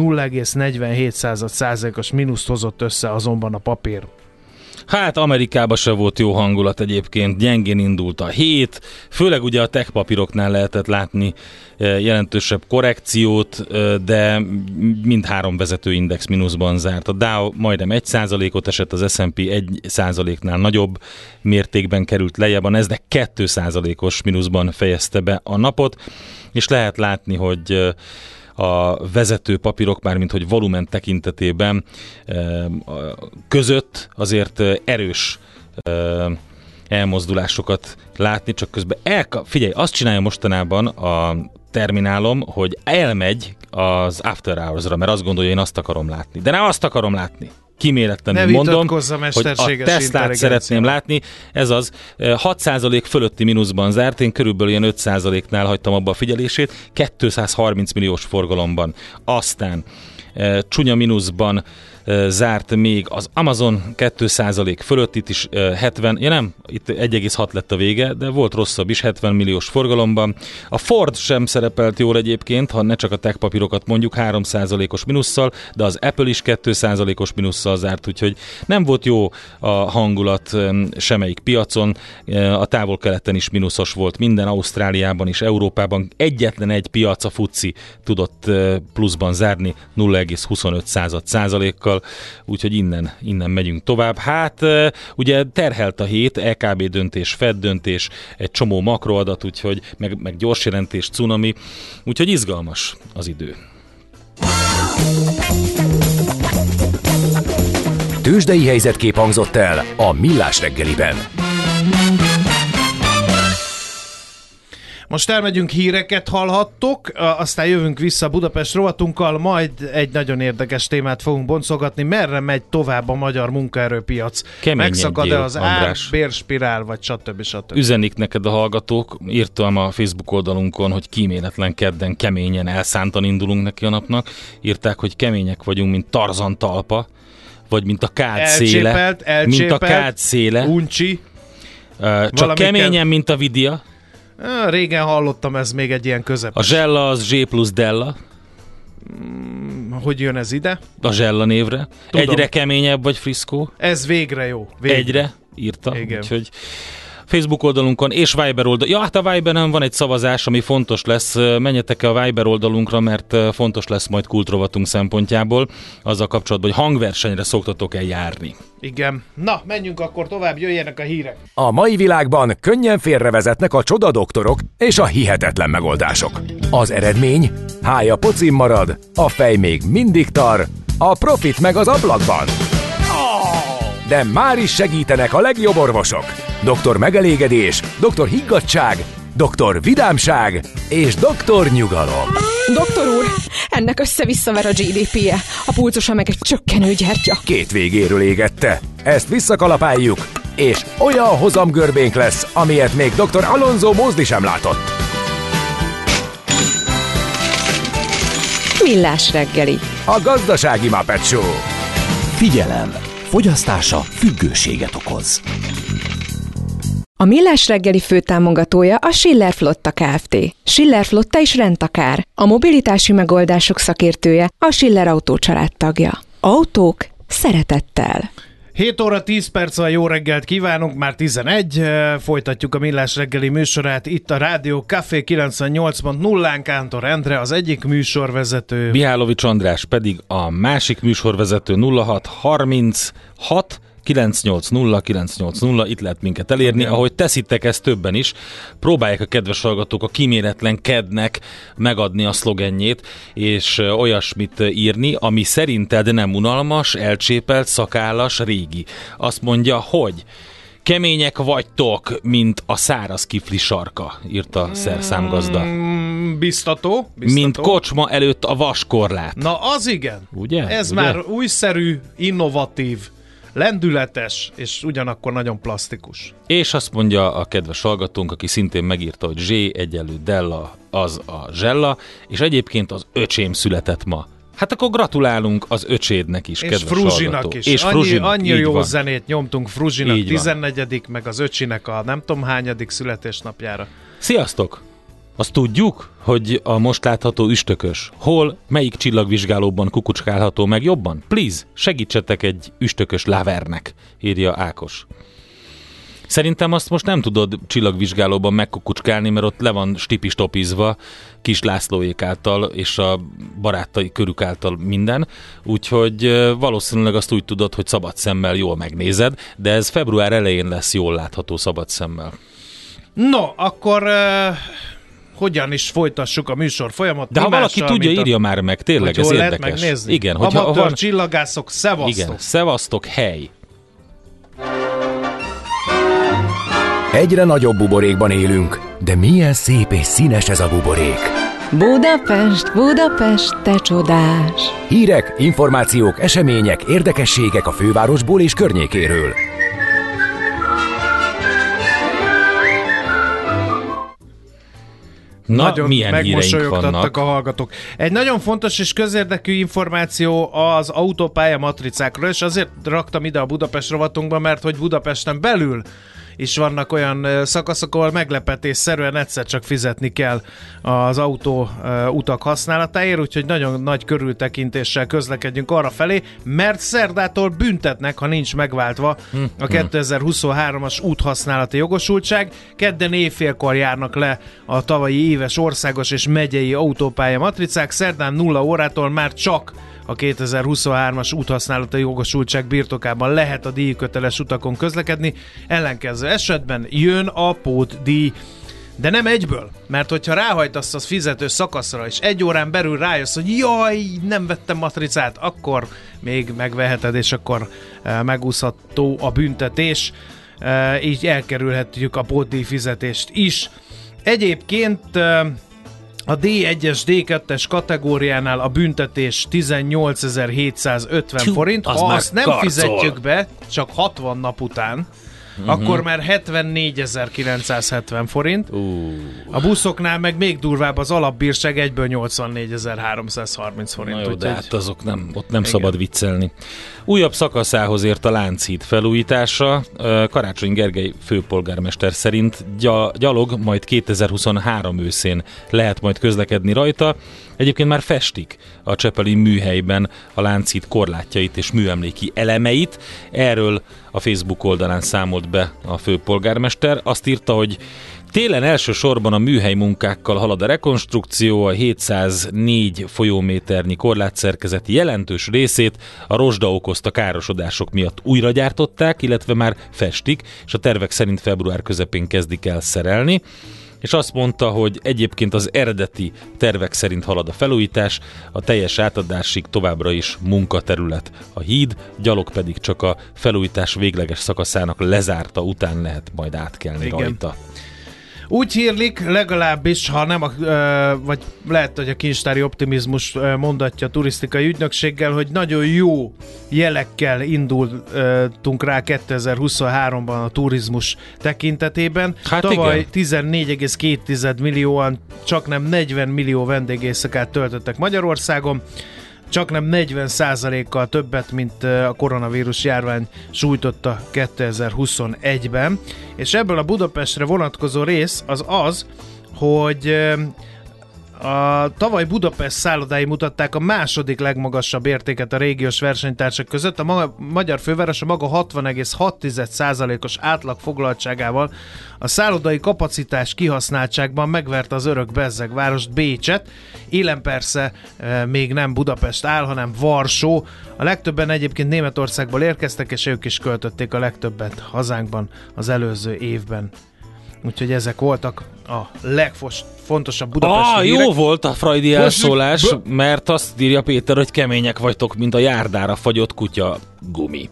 0,47%-os mínuszt hozott össze azonban a papír. Hát Amerikában se volt jó hangulat egyébként, gyengén indult a hét, főleg ugye a tech papíroknál lehetett látni jelentősebb korrekciót, de mindhárom vezető index mínuszban zárt. A Dow majdnem 1%-ot esett, az S&P 1%-nál nagyobb mértékben került lejjebb, a Nasdaq 2%-os mínuszban fejezte be a napot, és lehet látni, hogy a vezető papírok, mármint hogy volumen tekintetében között azért erős elmozdulásokat látni, csak közben figyelj, azt csinálja mostanában a terminálom, hogy elmegy az after hours-ra, mert azt gondolja, én azt akarom látni. De nem azt akarom látni. kíméletlenül mondom, hogy a Teslát szeretném látni, ez az 6% fölötti mínuszban zárt, én körülbelül ilyen 5%-nál hagytam abba a figyelését, 230 milliós forgalomban. Aztán csúnya mínuszban zárt még az Amazon 2% fölött, itt is 70, itt 1,6 lett a vége, de volt rosszabb is, 70 milliós forgalomban. A Ford sem szerepelt jól egyébként, ha ne csak a tech papírokat mondjuk, 3%-os mínusszal, de az Apple is 2%-os mínusszal zárt, úgyhogy nem volt jó a hangulat semmelyik piacon, a távol-keleten is mínuszos volt minden, Ausztráliában is, Európában egyetlen egy piac, a FTSE tudott pluszban zárni 0,25%-kal, úgyhogy innen megyünk tovább. Hát ugye terhelt a hét, EKB döntés, Fed döntés, egy csomó makroadat, úgyhogy meg gyors jelentés, cunami, úgyhogy izgalmas az idő. Tőzsdei helyzetkép hangzott el a Millás reggeliben. Most elmegyünk, híreket hallhattok, aztán jövünk vissza Budapest rovatunkkal, majd egy nagyon érdekes témát fogunk boncolgatni. Merre megy tovább a magyar munkaerőpiac? Megszakad-e az ár, bérspirál, vagy stb. Üzenik neked a hallgatók, írtam a Facebook oldalunkon, hogy kíméletlen kedden keményen elszántan indulunk neki a napnak. Írták, hogy kemények vagyunk, mint Tarzan talpa, vagy mint a kád széle. Mint a kád széle. Uncsi. Csak keményen, mint a vidia. Régen hallottam, ez még egy ilyen közepes. A Zsella az Z plusz Della. Hogy jön ez ide? A Zsella névre. Tudom. Egyre keményebb vagy Frisco. Ez végre jó. Végre. Egyre írta. Úgyhogy Facebook oldalunkon és Viber oldal. Ja, hát a Viberen van egy szavazás, ami fontos lesz. Menjetek a Viber oldalunkra, mert fontos lesz majd kultrovatunk szempontjából. Azzal kapcsolatban, hogy hangversenyre szoktatok-e járni. Igen. Na, menjünk akkor tovább, jöjjenek a hírek. A mai világban könnyen félrevezetnek a csodadoktorok és a hihetetlen megoldások. Az eredmény? Hája pocim marad, a fej még mindig tar, a profit meg az ablakban. De már is segítenek a legjobb orvosok. Doktor megelégedés, doktor higgadtság, doktor vidámság és doktor nyugalom. Doktor úr, ennek össze-visszaver a GDP-je, a pulcosa meg egy csökkenő gyertya. Két végéről égette. Ezt visszakalapáljuk, és olyan hozamgörbénk lesz, amilyet még dr. Alonso Mózdi sem látott. Millás reggeli. A gazdasági Muppet Show. Figyelem! Fogyasztása függőséget okoz. A Millás reggeli főtámogatója a Schiller Flotta Kft. Schiller Flotta is rendtakár. A mobilitási megoldások szakértője, a Schiller Autó családtagja. Autók szeretettel. 7 óra 10 perc van, jó reggelt kívánunk, már 11, folytatjuk a Millás reggeli műsorát, itt a Rádió Café 98.0-án Kántor Endre, az egyik műsorvezető. Mihálovics András pedig a másik műsorvezető. 0636 980 itt lehet minket elérni, igen. Ahogy teszitek ezt többen is, próbálják a kedves hallgatók a kíméletlen kednek megadni a szlogenjét, és olyasmit írni, ami szerinted nem unalmas, elcsépelt, szakállas, régi. Azt mondja, hogy kemények vagytok, mint a száraz kifli sarka, írta szerszámgazda. Biztató. Mint kocsma előtt a vaskorlát. Na az igen. Ugye? Ez ugye? Már újszerű, innovatív, lendületes, és ugyanakkor nagyon plastikus. És azt mondja a kedves hallgatónk, aki szintén megírta, hogy Z egyenlő Della, az a Zsella, és egyébként az öcsém született ma. Hát akkor gratulálunk az öcsédnek is, és kedves Fruzsinak hallgató. is. És annyi jó van. Zenét nyomtunk Fruzsinak 14., meg az öcsinek a nem tudom hányadik születésnapjára. Sziasztok! Azt tudjuk, hogy a most látható üstökös hol, melyik csillagvizsgálóban kukucskálható meg jobban? Please, segítsetek egy üstökös lavernek, írja Ákos. Szerintem azt most nem tudod csillagvizsgálóban megkukucskálni, mert ott le van stipistopizva Kis Lászlóék által és a barátai körük által minden, úgyhogy valószínűleg azt úgy tudod, hogy szabad szemmel jól megnézed, de ez február elején lesz jól látható szabad szemmel. No, akkor... hogyan is folytassuk a műsor folyamat. De ha valaki tudja, írja már meg, tényleg, ez érdekes. Megnézni. Igen, amatőr csillagászok, szevasztok! Igen, szevasztok, hely! Egyre nagyobb buborékban élünk, de milyen szép és színes ez a buborék. Budapest, Budapest, te csodás! Hírek, információk, események, érdekességek a fővárosból és környékéről. Nagyon milyen megmosolyogtattak a hallgatók. Egy nagyon fontos és közérdekű információ az autópálya matricákról, és azért raktam ide a Budapest rovatunkba, mert hogy Budapesten belül is vannak olyan szakaszok, ahol meglepetésszerűen egyszer csak fizetni kell az autó utak használatáért, úgyhogy nagyon nagy körültekintéssel közlekedjünk arra felé, mert szerdától büntetnek, ha nincs megváltva a 2023-as úthasználati jogosultság. Kedden éjfélkor járnak le a tavalyi éves országos és megyei autópálya matricák, szerdán 0 órától már csak a 2023-as úthasználati jogosultság birtokában lehet a díjköteles utakon közlekedni, ellenkező esetben jön a pótdíj. De nem egyből, mert hogyha ráhajtasz az fizető szakaszra, és 1 órán belül rájössz, hogy jaj, nem vettem matricát, akkor még megveheted, és akkor megúszható a büntetés, így elkerülhetjük a pótdíj fizetést is. Egyébként a D1-es, D2-es kategóriánál a büntetés 18.750 forint. Ha azt nem fizetjük be, csak 60 nap után, akkor már 74.970 forint. A buszoknál meg még durvább, az alapbírság egyből 84.330 forint. Na jó, de hát azok nem, ott nem szabad viccelni. Újabb szakaszához ért a Lánchíd felújítása. Karácsony Gergely főpolgármester szerint gyalog majd 2023 őszén lehet majd közlekedni rajta. Egyébként már festik a csepeli műhelyben a Lánchíd korlátjait és műemléki elemeit. Erről a Facebook oldalán számolt be a főpolgármester. Azt írta, hogy télen elsősorban a műhely munkákkal halad a rekonstrukció, a 704 folyóméternyi korlátszerkezeti jelentős részét a rozsda okozta károsodások miatt újra gyártották, illetve már festik, és a tervek szerint február közepén kezdik el szerelni. És azt mondta, hogy egyébként az eredeti tervek szerint halad a felújítás, a teljes átadásig továbbra is munkaterület a híd, gyalog pedig csak a felújítás végleges szakaszának lezárta után lehet majd átkelni rajta. Úgy hírlik, legalábbis, ha nem, vagy lehet, hogy a kincstári optimizmus mondatja a turisztikai ügynökséggel, hogy nagyon jó jelekkel indultunk rá 2023-ban a turizmus tekintetében. Hát tavaly 14,2 millióan, csaknem 40 millió vendégészakát töltöttek Magyarországon, csaknem 40%-kal többet, mint a koronavírus járvány sújtotta 2021-ben. És ebből a Budapestre vonatkozó rész az, hogy a tavaly Budapest szállodái mutatták a második legmagasabb értéket a régiós versenytársak között. A magyar főváros a maga 60,6%-os átlagfoglaltságával a szállodai kapacitás kihasználtságban megverte az örök bezzeg várost, Bécset. Élen persze még nem Budapest áll, hanem Varsó. A legtöbben egyébként Németországból érkeztek, és ők is költötték a legtöbbet hazánkban az előző évben. Úgyhogy ezek voltak a legfontosabb budapesti hírek. Jó volt a freudi elszólás, mert azt írja Péter, hogy kemények vagytok, mint a járdára fagyott kutya gumi.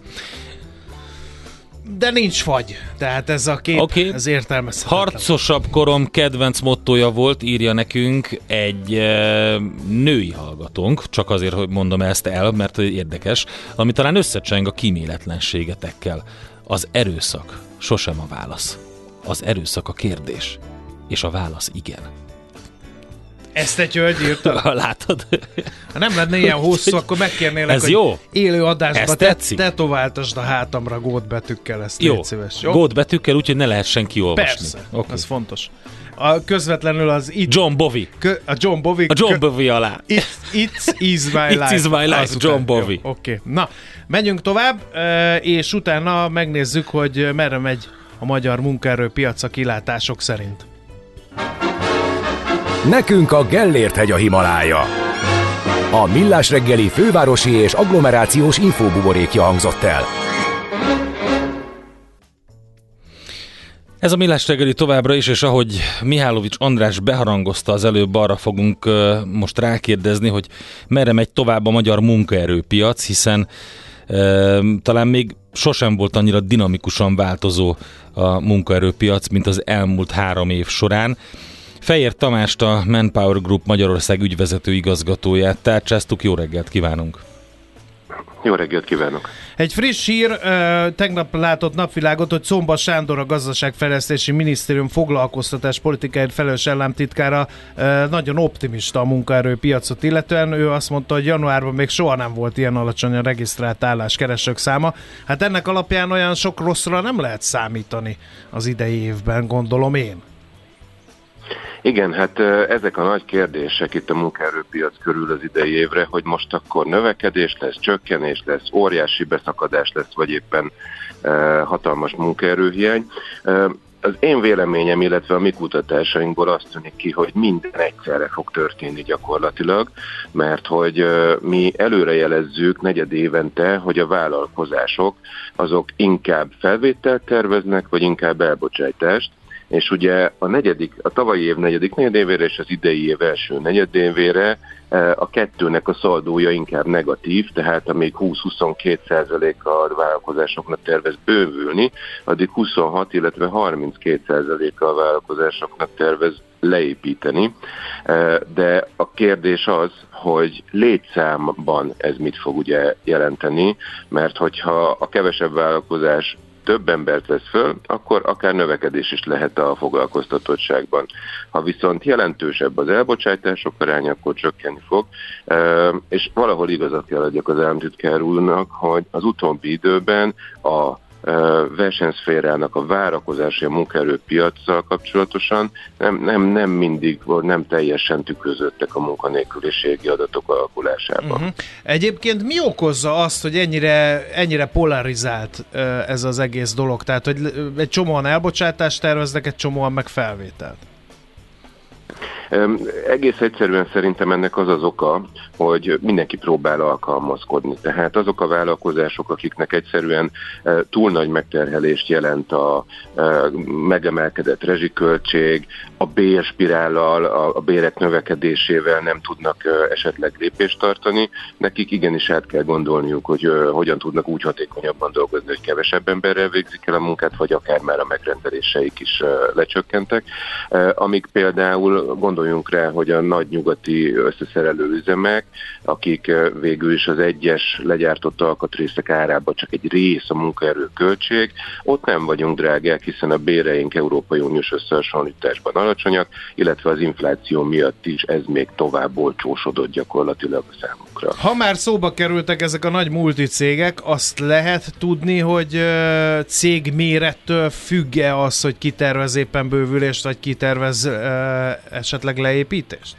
De nincs fagy, tehát ez a kép, ez értelmezhetetlen. Harcosabb korom kedvenc mottója volt, írja nekünk egy női hallgatónk, csak azért, hogy mondom ezt el, mert érdekes, ami talán összecseng a kíméletlenségetekkel. Az erőszak sosem a válasz. Az erőszak a kérdés, és a válasz igen. Ezt egy hölgy írta? Látod? Ha nem lenne ilyen hosszú, akkor megkérnélek, hogy jó? Élő adásba tetováltasd a hátamra gótbetűkkel, ezt légy szíves. Jó? Gótbetűkkel, úgyhogy ne lehessen kiolvasni. Persze, ez fontos. Közvetlenül az John Bowie. A John Bowie alá. It is my life. It is my life, John Bowie. Oké. Na, menjünk tovább, és utána megnézzük, hogy merre megy a magyar munkaerőpiac a kilátások szerint. Nekünk a Gellért-hegy a Himalája. A Millás reggeli fővárosi és agglomerációs infóbuborékja hangzott el. Ez a Millás reggeli továbbra is, és ahogy Mihálovics András beharangozta az előbb, arra fogunk most rákérdezni, hogy merre megy tovább a magyar munkaerőpiac, hiszen talán még sosem volt annyira dinamikusan változó a munkaerőpiac, mint az elmúlt 3 év során. Fejér Tamást, a Manpower Group Magyarország ügyvezető igazgatóját tárcsáztuk. Jó reggelt kívánunk! Jó reggelt kívánok! Egy friss hír, tegnap látott napvilágot, hogy Czomba Sándor, a Gazdaságfejlesztési Minisztérium foglalkoztatás politikáért felelős államtitkára nagyon optimista a munkaerőpiacot illetően. Ő azt mondta, hogy januárban még soha nem volt ilyen alacsony a regisztrált álláskeresők száma. Hát ennek alapján olyan sok rosszra nem lehet számítani az idei évben, gondolom én. Igen, hát ezek a nagy kérdések itt a munkaerőpiac körül az idei évre, hogy most akkor növekedés lesz, csökkenés lesz, óriási beszakadás lesz, vagy éppen hatalmas munkaerőhiány. Az én véleményem, illetve a mi kutatásainkból azt tűnik ki, hogy minden egyszerre fog történni gyakorlatilag, mert hogy mi előrejelezzük negyed évente, hogy a vállalkozások azok inkább felvételt terveznek, vagy inkább elbocsájtást, és ugye a tavalyi év negyedik negyedévére és az idei év első negyedévére a kettőnek a szaldója inkább negatív, tehát amíg 20-22% a vállalkozásoknak tervez bővülni, addig 26, illetve 32% a vállalkozásoknak tervez leépíteni. De a kérdés az, hogy létszámban ez mit fog ugye jelenteni, mert hogyha a kevesebb vállalkozás több embert vesz föl, akkor akár növekedés is lehet a foglalkoztatottságban. Ha viszont jelentősebb az elbocsátások aránya, akkor csökkenni fog, és valahol igazat kell adjak az államtitkár úrnak, hogy az utóbbi időben a versenyszférának a várakozási a munkaerőpiacsal kapcsolatosan nem mindig, nem teljesen tükröződtek a munkanélküliségi adatok alakulásában. Egyébként mi okozza azt, hogy ennyire polarizált ez az egész dolog? Tehát, hogy egy csomóan elbocsátást terveznek, egy csomóan meg felvételt? Egész egyszerűen szerintem ennek az az oka, hogy mindenki próbál alkalmazkodni. Tehát azok a vállalkozások, akiknek egyszerűen túl nagy megterhelést jelent a megemelkedett rezsiköltség, a bérspirállal, a bérek növekedésével nem tudnak esetleg lépést tartani, nekik igenis át kell gondolniuk, hogy hogyan tudnak úgy hatékonyabban dolgozni, hogy kevesebb emberrel végzik el a munkát, vagy akár már a megrendeléseik is lecsökkentek. Amíg például gondoljunk rá, hogy a nagy nyugati összeszerelő üzemek, akik végül is az egyes legyártott alkatrészek árában csak egy rész a munkaerő költség, ott nem vagyunk drágák, hiszen a béreink Európai Uniós összehasonlításban alacsonyak, illetve az infláció miatt is ez még tovább olcsósodott gyakorlatilag a számukra. Ha már szóba kerültek ezek a nagy multicégek, azt lehet tudni, hogy cég mérettől függ-e az, hogy ki tervez éppen bővülést, vagy ki tervez esetleg leépítést?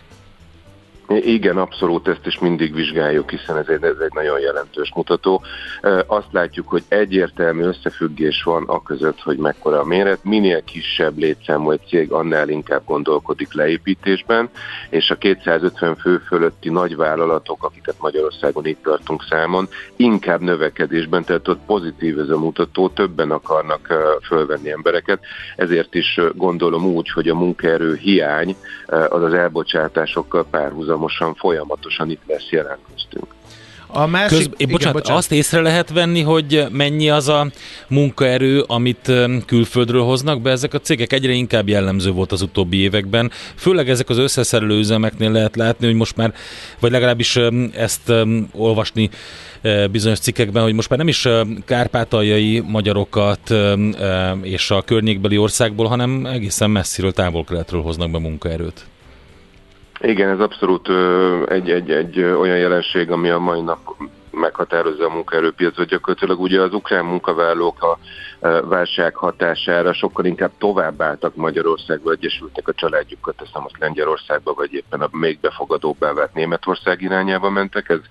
Igen, abszolút, ezt is mindig vizsgáljuk, hiszen ez egy nagyon jelentős mutató. Azt látjuk, hogy egyértelmű összefüggés van aközött, hogy mekkora a méret. Minél kisebb létszámú egy cég, annál inkább gondolkodik leépítésben, és a 250 fő fölötti nagyvállalatok, akiket Magyarországon itt tartunk számon, inkább növekedésben, tehát ott pozitív ez a mutató, többen akarnak fölvenni embereket. Ezért is gondolom úgy, hogy a munkaerő hiány az elbocsátásokkal párhuzamosan, folyamatosan itt lesz jelen köztünk. A másik... bocsánat, azt észre lehet venni, hogy mennyi az a munkaerő, amit külföldről hoznak be ezek a cégek? Egyre inkább jellemző volt az utóbbi években. Főleg ezek az összeszerelő üzemeknél lehet látni, hogy most már, vagy legalábbis ezt olvasni bizonyos cikkekben, hogy most már nem is kárpátaljai magyarokat és a környékbeli országból, hanem egészen messziről, távol-keletről hoznak be munkaerőt. Igen, ez abszolút egy olyan jelenség, ami a mai nap meghatározza a munkaerőpiacot. Gyakorlatilag ugye az ukrán munkavállalók a válság hatására sokkal inkább továbbálltak Magyarországba, egyesültek a családjukat, teszem azt Lengyelországba, vagy éppen a még befogadóbbá vált Németország irányába mentek. Ez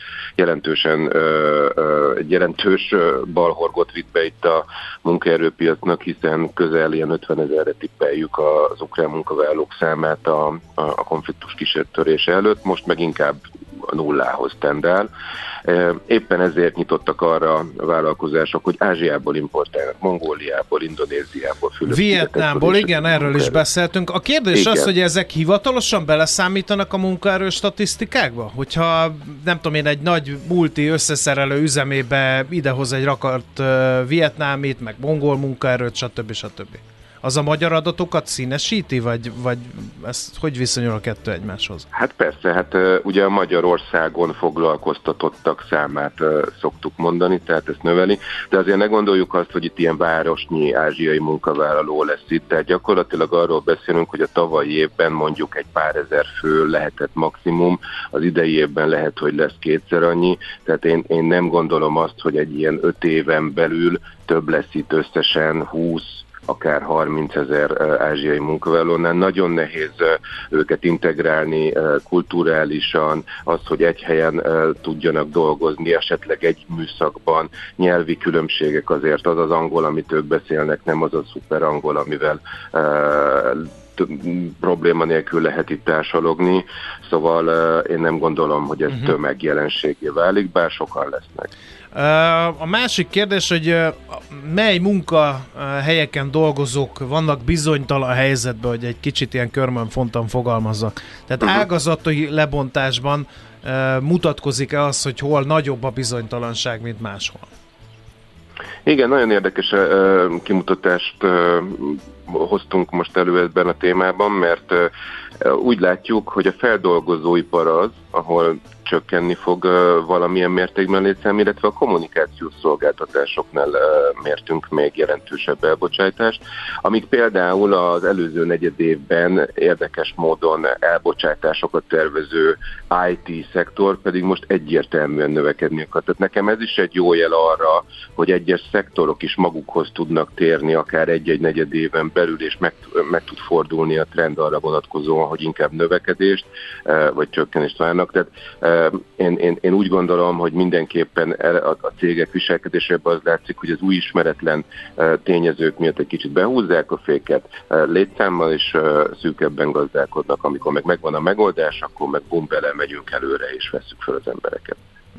egy jelentős balhorgot vitt be itt a munkaerőpiacnak, hiszen közel ilyen 50 000-re tippeljük az ukrán munkavállalók számát a konfliktus kísértörése előtt, most meg inkább a nullához tendál. Éppen ezért nyitottak arra a vállalkozások, hogy Ázsiából importálnak, Mongóliából, Indonéziából, Vietnámból, igen, erről is beszéltünk. A kérdés igen. Az, hogy ezek hivatalosan beleszámítanak a munkaerő statisztikákba? Hogyha, nem tudom én, egy nagy multi összeszerelő üzemébe idehoz egy rakart vietnámit, meg mongol munkaerőt, stb. az a magyar adatokat színesíti, vagy ez hogy viszonyul a kettő egymáshoz? Hát persze, hát ugye a Magyarországon foglalkoztatottak számát szoktuk mondani, tehát ezt növeli, de azért ne gondoljuk azt, hogy itt ilyen városnyi ázsiai munkavállaló lesz itt, tehát gyakorlatilag arról beszélünk, hogy a tavalyi évben mondjuk egy pár ezer fő lehetett maximum, az idei évben lehet, hogy lesz kétszer annyi, tehát én nem gondolom azt, hogy egy ilyen 5 éven belül több lesz itt összesen 20, akár 30 000 ázsiai munkavállalónál. Nagyon nehéz őket integrálni kulturálisan, az, hogy egy helyen tudjanak dolgozni, esetleg egy műszakban, nyelvi különbségek azért, az angol, amit ők beszélnek, nem az a szuper angol, amivel probléma nélkül lehet itt társalogni, szóval én nem gondolom, hogy ez tömegjelenségé válik, bár sokan lesznek. A másik kérdés, hogy mely munkahelyeken dolgozók vannak bizonytalan helyzetben, hogy egy kicsit ilyen körmönfontan fogalmazzak. Tehát ágazati lebontásban mutatkozik-e az, hogy hol nagyobb a bizonytalanság, mint máshol? Igen, nagyon érdekes kimutatást hoztunk most elő ebben a témában, mert úgy látjuk, hogy a feldolgozóipar az, ahol csökkenni fog valamilyen mértékben létszám, illetve a kommunikációs szolgáltatásoknál mértünk még jelentősebb elbocsátást, amíg például az előző negyedévben érdekes módon elbocsátásokat tervező IT szektor pedig most egyértelműen növekedni akar. Tehát nekem ez is egy jó jel arra, hogy egyes szektorok is magukhoz tudnak térni akár egy-egy negyedéven belül, és meg tud fordulni a trend arra vonatkozóan, hogy inkább növekedést vagy csökkenést várnak. Tehát én úgy gondolom, hogy mindenképpen a cégek viselkedésében az látszik, hogy az új ismeretlen tényezők miatt egy kicsit behúzzák a féket, létszámmal is szűkebben gazdálkodnak, amikor meg megvan a megoldás, akkor meg bum, belemegyünk előre és vesszük fel az embereket.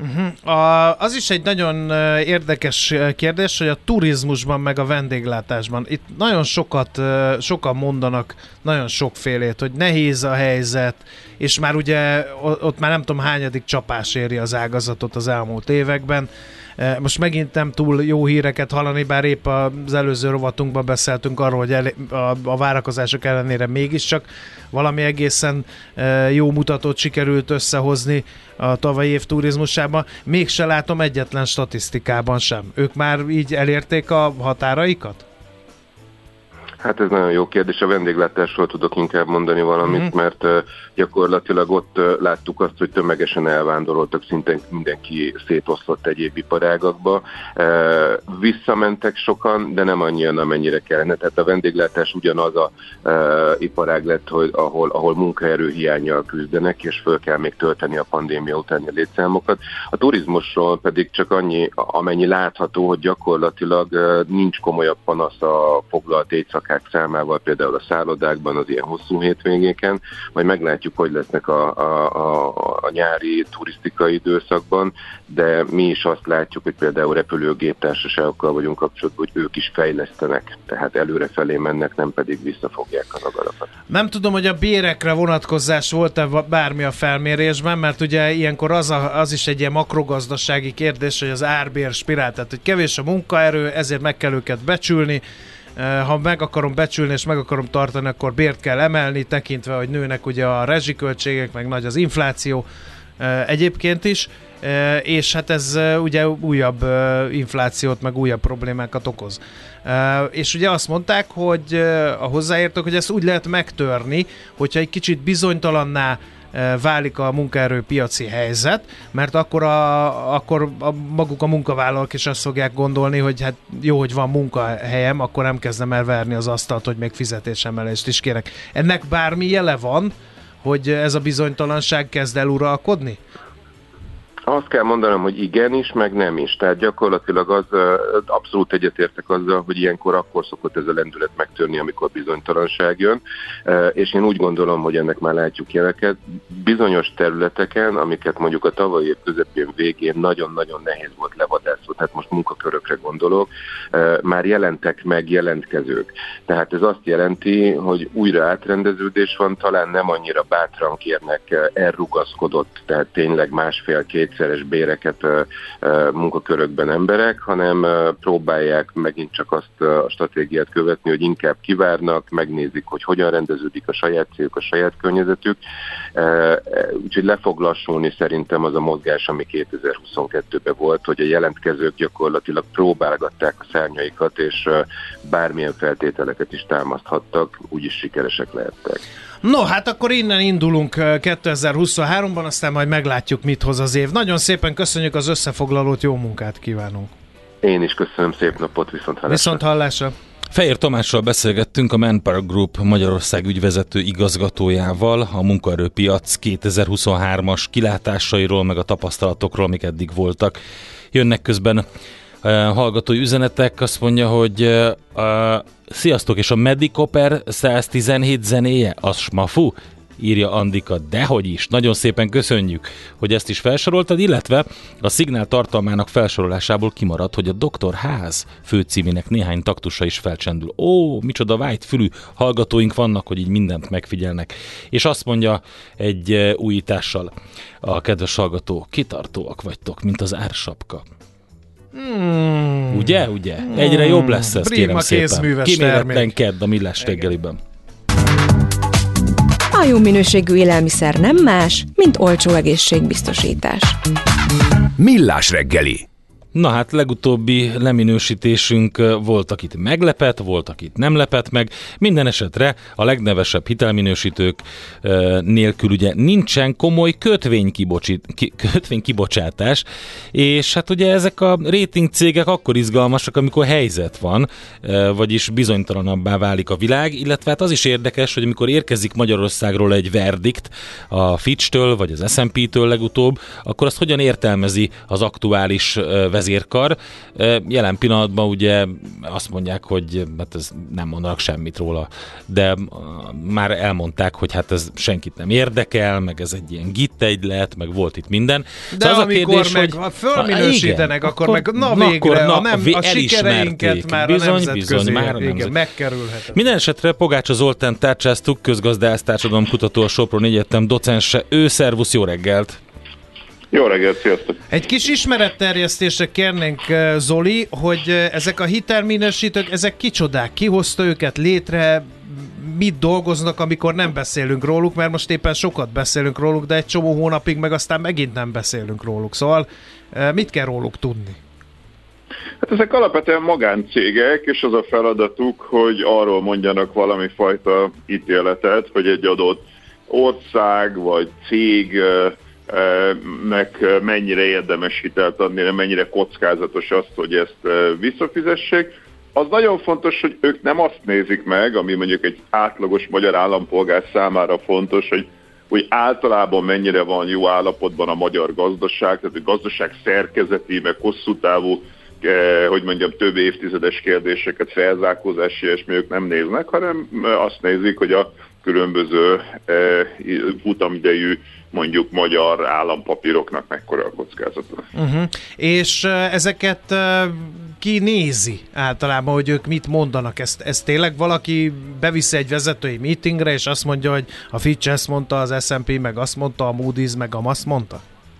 Az is egy nagyon érdekes kérdés, hogy a turizmusban meg a vendéglátásban itt nagyon sokan mondanak nagyon sokfélét, hogy nehéz a helyzet, és már ugye ott már nem tudom hányadik csapás éri az ágazatot az elmúlt években. Most megint nem túl jó híreket hallani, bár épp az előző rovatunkban beszéltünk arról, hogy a várakozások ellenére mégiscsak valami egészen jó mutatót sikerült összehozni a tavalyi év turizmusában. Mégse látom egyetlen statisztikában sem. Ők már így elérték a határaikat? Hát ez nagyon jó kérdés. A vendéglátásról tudok inkább mondani valamit, mert gyakorlatilag ott láttuk azt, hogy tömegesen elvándoroltak, szinte mindenki szétoszlott egyéb iparágakba. Visszamentek sokan, de nem annyian, amennyire kellene. Tehát a vendéglátás ugyanaz a iparág lett, hogy ahol munkaerő hiánnyal küzdenek, és föl kell még tölteni a pandémia utáni létszámokat. A turizmusról pedig csak annyi, amennyi látható, hogy gyakorlatilag nincs komolyabb panasz a foglalt éjszakák számával, például a szállodákban, az ilyen hosszú hétvégéken, majd meglátjuk, hogy lesznek a nyári turisztikai időszakban, de mi is azt látjuk, hogy például repülőgéptársaságokkal vagyunk kapcsolatban, hogy ők is fejlesztenek, tehát előrefelé mennek, nem pedig visszafogják a ragalakat. Nem tudom, hogy a bérekre vonatkozás volt-e bármi a felmérésben, mert ugye ilyenkor az is egy ilyen makrogazdasági kérdés, hogy az árbér spirál, tehát hogy kevés a munkaerő, ezért meg kell őket becsülni. Ha meg akarom becsülni és meg akarom tartani, akkor bért kell emelni, tekintve, hogy nőnek ugye a rezsiköltségek, meg nagy az infláció egyébként is, és hát ez ugye újabb inflációt, meg újabb problémákat okoz. És ugye azt mondták, hogy a hozzáértők, hogy ezt úgy lehet megtörni, hogyha egy kicsit bizonytalanná válik a munkaerőpiaci helyzet, mert akkor maguk a munkavállalók is azt fogják gondolni, hogy hát jó, hogy van munkahelyem, akkor nem kezdem el verni az asztalt, hogy még fizetésemelést is kérek. Ennek bármi jele van, hogy ez a bizonytalanság kezd el uralkodni? Azt kell mondanom, hogy igenis, meg nem is. Tehát gyakorlatilag az abszolút egyetértek azzal, hogy ilyenkor akkor szokott ez a lendület megtörni, amikor bizonytalanság jön, és én úgy gondolom, hogy ennek már látjuk jeleket. Bizonyos területeken, amiket mondjuk a tavalyi év közepén végén nagyon-nagyon nehéz volt levadászó, tehát most munkakörökre gondolok, már jelentek meg jelentkezők. Tehát ez azt jelenti, hogy újra átrendeződés van, talán nem annyira bátran kérnek elrugaszkodott, tehát tényleg 1,5-2 egyszeres béreket munkakörökben emberek, hanem próbálják megint csak azt a stratégiát követni, hogy inkább kivárnak, megnézik, hogy hogyan rendeződik a saját céljuk, a saját környezetük. Úgyhogy le fog lassulni szerintem az a mozgás, ami 2022-ben volt, hogy a jelentkezők gyakorlatilag próbálgatták a szárnyaikat, és bármilyen feltételeket is támaszthattak, úgyis sikeresek lehettek. No, hát akkor innen indulunk 2023-ban, aztán majd meglátjuk, mit hoz az év. Nagyon szépen köszönjük az összefoglalót, jó munkát kívánunk! Én is köszönöm, szép napot, viszont hallásra! Fejér Tamással beszélgettünk, a Manpower Group Magyarország ügyvezető igazgatójával a munkaerőpiac 2023-as kilátásairól, meg a tapasztalatokról, amik eddig voltak. Jönnek közben hallgatói üzenetek, azt mondja, hogy sziasztok, és a Medicoper 117 zenéje, az smafu? Írja Andika, dehogy is. Nagyon szépen köszönjük, hogy ezt is felsoroltad, illetve a szignál tartalmának felsorolásából kimaradt, hogy a Dr. Ház főcímének néhány taktusa is felcsendül. Ó, micsoda vájtfülű hallgatóink vannak, hogy így mindent megfigyelnek. És azt mondja egy újítással a kedves hallgató, kitartóak vagytok, mint az ársapka. Ugye? Egyre jobb lesz ez, kérem szépen. Kiméletlen kedd a Millás reggeliben. A jó minőségű élelmiszer nem más, mint olcsó egészségbiztosítás. Millás reggeli. Na hát legutóbbi leminősítésünk volt, akit meglepett, volt, akit nem lepett meg. Minden esetre a legnevesebb hitelminősítők nélkül ugye nincsen komoly kötvénykibocsátás, és hát ugye ezek a rating cégek akkor izgalmasak, amikor helyzet van, vagyis bizonytalanabbá válik a világ, illetve hát az is érdekes, hogy amikor érkezik Magyarországról egy verdikt a Fitch-től, vagy az S&P-től legutóbb, akkor azt hogyan értelmezi az aktuális vezérkar. Jelen pillanatban ugye azt mondják, hogy hát ez nem mondanak semmit róla, de már elmondták, hogy hát ez senkit nem érdekel, meg ez egy ilyen gittegylet, meg volt itt minden. De szóval amikor kérdés, meg hogy fölminősítenek, akkor meg végre, a sikereinket már a nemzetközi megkerülhetetlen. Minden esetre Pogácsa Zoltán tárcsáztuk, közgazdász, társadalomkutató, a Sopron Egyetem docense. Szervusz, jó reggelt! Jó reggelt, sziasztok! Egy kis ismeretterjesztésre kérnénk, Zoli, hogy ezek a hitelminősítők, ezek kicsodák? Ki hozta őket létre? Mit dolgoznak, amikor nem beszélünk róluk? Mert most éppen sokat beszélünk róluk, de egy csomó hónapig meg aztán megint nem beszélünk róluk. Szóval mit kell róluk tudni? Hát ezek alapvetően magáncégek, és az a feladatuk, hogy arról mondjanak valami fajta ítéletet, hogy egy adott ország vagy cég meg mennyire érdemes hitelt adni, mennyire kockázatos azt, hogy ezt visszafizessék. Az nagyon fontos, hogy ők nem azt nézik meg, ami mondjuk egy átlagos magyar állampolgár számára fontos, hogy általában mennyire van jó állapotban a magyar gazdaság, tehát a gazdaság szerkezeti, meg hosszú távú, hogy mondjam, több évtizedes kérdéseket, felzárkózási ilyesmi ők nem néznek, hanem azt nézik, hogy a különböző futamidejű mondjuk magyar állampapíroknak mekkora a kockázata. És ezeket ki nézi általában, hogy ők mit mondanak? Ez tényleg valaki beviszi egy vezetői meetingre, és azt mondja, hogy a Fitch ezt mondta, az S&P meg azt mondta, a Moody's meg azt mondta?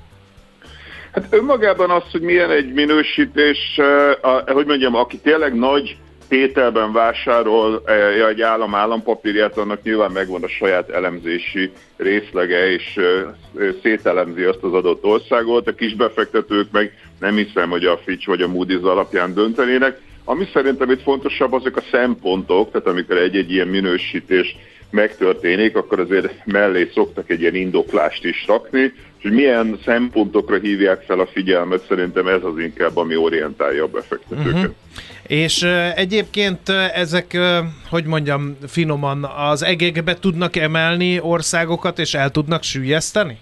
Hát önmagában az, hogy milyen egy minősítés, hogy mondjam, aki tényleg nagy tételben vásárol egy állam állampapírját, annak nyilván megvan a saját elemzési részlege, és szételemzi azt az adott országot. A kisbefektetők meg nem hiszem, hogy a Fitch vagy a Moody's alapján döntenének. Ami szerintem itt fontosabb, azok a szempontok, tehát amikor egy ilyen minősítés megtörténik, akkor azért mellé szoktak egy ilyen indoklást is rakni, és hogy milyen szempontokra hívják fel a figyelmet, szerintem ez az inkább, ami orientálja a befektetőket. És egyébként ezek, hogy mondjam finoman, az egekbe tudnak emelni országokat, és el tudnak süllyeszteni?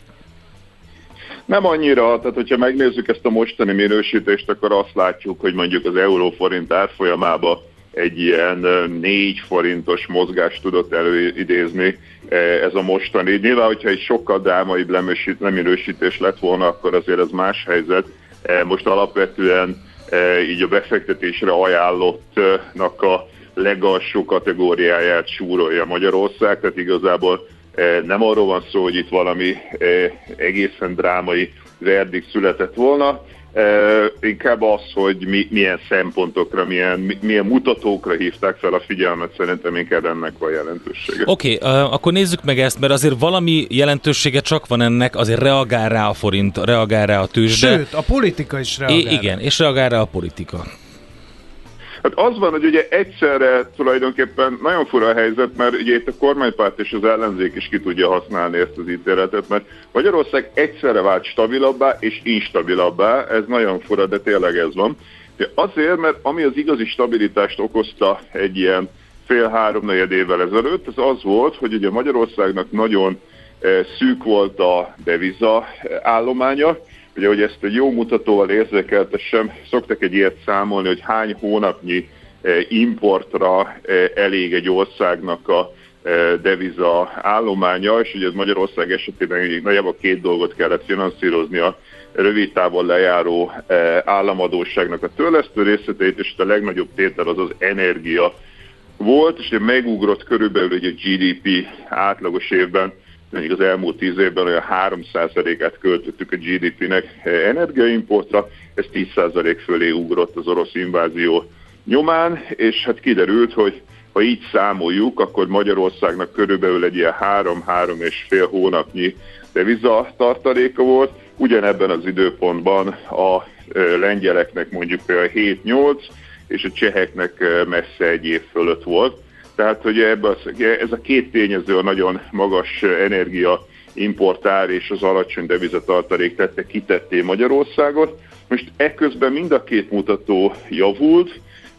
Nem annyira, tehát hogyha megnézzük ezt a mostani minősítést, akkor azt látjuk, hogy mondjuk az euró-forint árfolyamában egy ilyen 4 forintos mozgást tudott előidézni ez a mostani. Nyilván, hogyha egy sokkal drámaibb leminősítés lett volna, akkor azért ez más helyzet. Most alapvetően így a befektetésre ajánlottnak a legalsó kategóriáját súrolja Magyarország, tehát igazából nem arról van szó, hogy itt valami egészen drámai verdikt született volna, inkább az, hogy milyen szempontokra, milyen mutatókra hívták fel a figyelmet, szerintem inkább ennek van jelentősége. Oké, akkor nézzük meg ezt, mert azért valami jelentősége csak van ennek, azért reagál rá a forint, reagál rá a tőzsde. Sőt, a politika is reagál. Igen, és reagál rá a politika. Hát az van, hogy ugye egyszerre tulajdonképpen nagyon fura a helyzet, mert ugye itt a kormánypárt és az ellenzék is ki tudja használni ezt az ítéletet, mert Magyarország egyszerre vált stabilabbá és instabilabbá, ez nagyon fura, de tényleg ez van. De azért, mert ami az igazi stabilitást okozta egy ilyen fél-háromnegyed évvel ezelőtt, az volt, hogy ugye Magyarországnak nagyon szűk volt a deviza állománya. Ugye, hogy ezt egy jó mutatóval érzékeltessem, szoktak egy ilyet számolni, hogy hány hónapnyi importra elég egy országnak a deviza állománya, és ugye Magyarország esetében nagyjából 2 dolgot kellett finanszírozni, a rövid távon lejáró államadósságnak a törlesztő részleteit, és a legnagyobb tétel az az energia volt, és megugrott körülbelül hogy a GDP átlagos évben, az elmúlt 10 évben olyan 3%-át költöttük a GDP-nek energiaimportra, ez 10% fölé ugrott az orosz invázió nyomán, és hát kiderült, hogy ha így számoljuk, akkor Magyarországnak körülbelül egy ilyen 3-3,5 hónapnyi devizatartaléka volt, ugyanebben az időpontban a lengyeleknek mondjuk 7-8, és a cseheknek messze egy év fölött volt. Tehát, hogy ez a 2 tényező, a nagyon magas energiaimportár és az alacsony devizatartalék kitetté Magyarországot. Most ekközben mind a 2 mutató javult,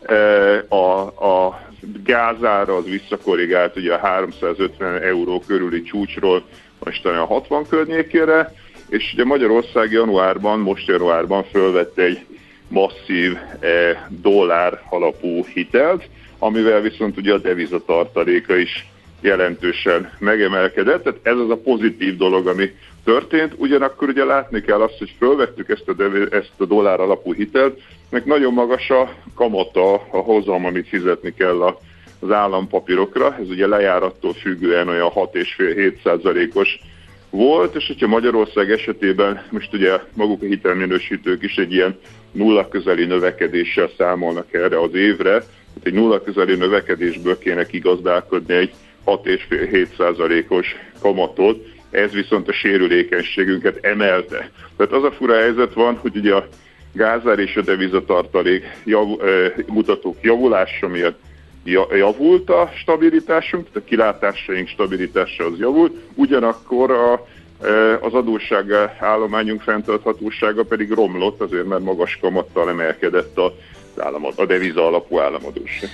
a gázára az visszakorrigált ugye a 350 euró körüli csúcsról mostani a 60 környékére, és ugye Magyarország most januárban fölvette egy masszív dollár alapú hitelt, amivel viszont ugye a devizatartaléka is jelentősen megemelkedett. Tehát ez az a pozitív dolog, ami történt. Ugyanakkor ugye látni kell azt, hogy fölvettük ezt a dollár alapú hitelt, meg nagyon magas a kamata, a hozam, amit fizetni kell az állampapírokra. Ez ugye lejárattól függően olyan 6,5-7%-os volt, és hogyha Magyarország esetében most ugye maguk a hitelminősítők is egy ilyen nulla közeli növekedéssel számolnak erre az évre, tehát egy nulla közeli növekedésből kéne kigazdálkodni egy 6,5-7%-os kamatot, ez viszont a sérülékenységünket emelte. Tehát az a fura helyzet van, hogy ugye a gázár és a devizatartalék mutatók javulása miatt javult a stabilitásunk, tehát a kilátásaink stabilitása az javult, ugyanakkor az adósságállományunk fenntarthatósága pedig romlott, azért mert magas kamattal emelkedett a deviza alapú államadóság.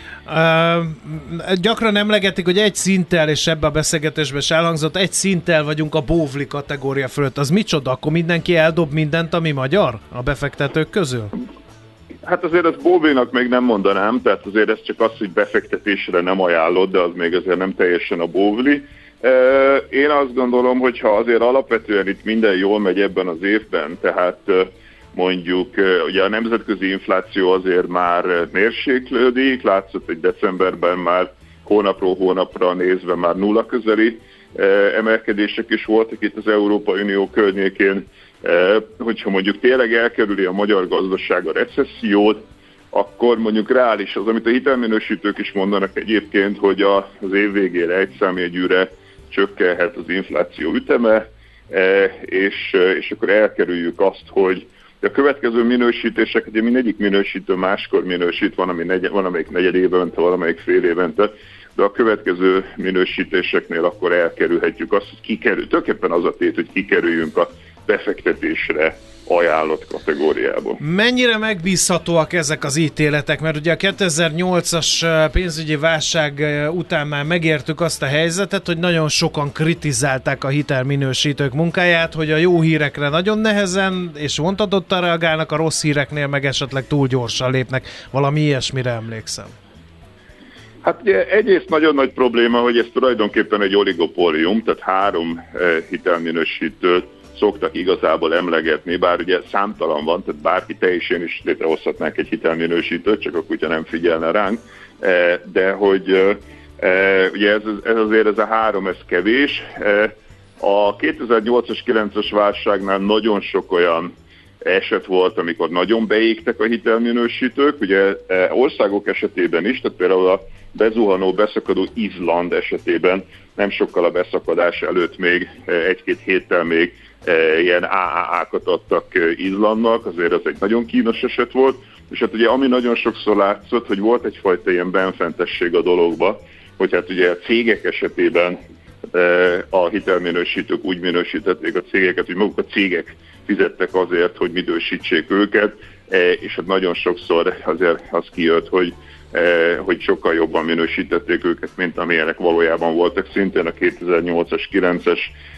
Gyakran emlegetik, hogy egy szinttel, és ebbe a beszélgetésben is elhangzott, egy szinttel vagyunk a bóvli kategória fölött. Az micsoda? Akkor mindenki eldob mindent, ami magyar a befektetők közül? Hát azért ezt bóvlinak még nem mondanám, tehát azért ez csak az, hogy befektetésre nem ajánlott, de az még azért nem teljesen a bóvli. Én azt gondolom, hogy ha azért alapvetően itt minden jól megy ebben az évben, tehát mondjuk ugye a nemzetközi infláció azért már mérséklődik, látszott, hogy decemberben már hónapról hónapra nézve már nulla közeli emelkedések is voltak itt az Európai Unió környékén. Hogyha mondjuk tényleg elkerüli a magyar gazdaság a recessziót, akkor mondjuk reális az, amit a hitelminősítők is mondanak egyébként, hogy az év végére egy számjegyűre csökkenhet az infláció üteme, és akkor elkerüljük azt, hogy a következő minősítések, ugye mindegyik minősítő máskor minősít, van amelyik negyed évente, van amelyik fél évente, de a következő minősítéseknél akkor elkerülhetjük azt, hogy tulajdonképpen az a tét, hogy kikerüljünk a befektetésre ajánlott kategóriából. Mennyire megbízhatóak ezek az ítéletek? Mert ugye a 2008-as pénzügyi válság után már megértük azt a helyzetet, hogy nagyon sokan kritizálták a hitelminősítők munkáját, hogy a jó hírekre nagyon nehezen és vontatottan reagálnak, a rossz híreknél meg esetleg túl gyorsan lépnek. Valami ilyesmire emlékszem. Hát ugye egyrészt nagyon nagy probléma, hogy ez tulajdonképpen egy oligopólium, tehát 3 hitelminősítőt szoktak igazából emlegetni, bár ugye számtalan van, tehát bárki, te és én is létrehozhatnánk egy hitelminősítőt, csak a kutya nem figyelne ránk, de hogy ugye ez azért ez a 3, ez kevés. A 2008-as, 9-as válságnál nagyon sok olyan eset volt, amikor nagyon beégtek a hitelminősítők, ugye országok esetében is, tehát például a bezuhanó, beszakadó Izland esetében nem sokkal a beszakadás előtt még egy-két héttel még ilyen AAA-kat adtak Izlandnak, azért az egy nagyon kínos eset volt, és hát ugye ami nagyon sokszor látszott, hogy volt egyfajta ilyen benfentesség a dologba, hogy hát ugye a cégek esetében a hitelminősítők úgy minősítették a cégeket, hogy maguk a cégek fizettek azért, hogy minősítsék őket, és hát nagyon sokszor azért az kijött, hogy sokkal jobban minősítették őket, mint amilyenek valójában voltak szintén a 2008-as, 9-es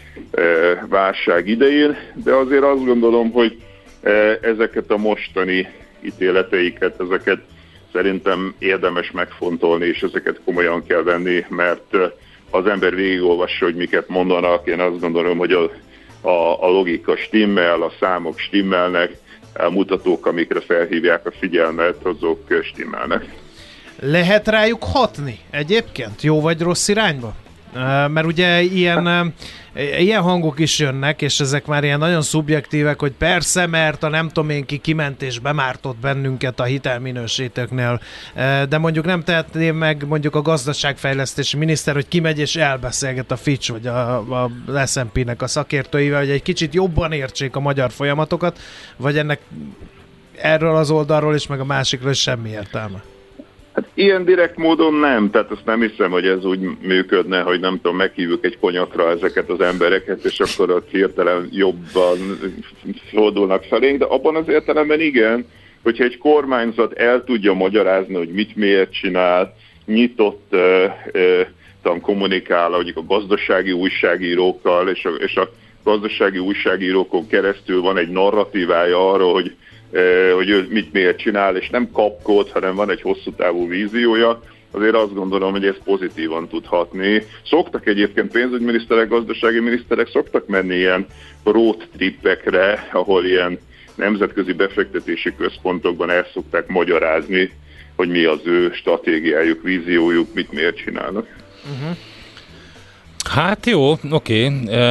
válság idején, de azért azt gondolom, hogy ezeket a mostani ítéleteiket, ezeket szerintem érdemes megfontolni, és ezeket komolyan kell venni, mert az ember végigolvassa, hogy miket mondanak. Én azt gondolom, hogy a logika stimmel, a számok stimmelnek, a mutatók, amikre felhívják a figyelmet, azok stimmelnek. Lehet rájuk hatni egyébként? Jó vagy rossz irányba? Mert ugye ilyen hangok is jönnek, és ezek már ilyen nagyon szubjektívek, hogy persze, mert a nem tudom én ki kiment és bemártott bennünket a hitelminősítőknél, de mondjuk nem tehetné meg mondjuk a gazdaságfejlesztési miniszter, hogy kimegy és elbeszélget a Fitch vagy a S&P-nek a szakértőivel, hogy egy kicsit jobban értsék a magyar folyamatokat, vagy ennek erről az oldalról is, meg a másikról is semmi értelme? Hát ilyen direkt módon nem, tehát azt nem hiszem, hogy ez úgy működne, hogy nem tudom, meghívjuk egy konyakra ezeket az embereket, és akkor ott hirtelen jobban fordulnak felénk, de abban az értelemben igen, hogyha egy kormányzat el tudja magyarázni, hogy mit miért csinál, nyitott kommunikál, mondjuk a gazdasági újságírókkal, és a gazdasági újságírókon keresztül van egy narratívája arról, hogy ő mit miért csinál, és nem kapkod, hanem van egy hosszú távú víziója, azért azt gondolom, hogy ez pozitívan tud hatni. Szoktak egyébként pénzügyminiszterek, gazdasági miniszterek szoktak menni ilyen road trippekre, ahol ilyen nemzetközi befektetési központokban el szokták magyarázni, hogy mi az ő stratégiájuk, víziójuk, mit miért csinálnak. Hát jó, oké.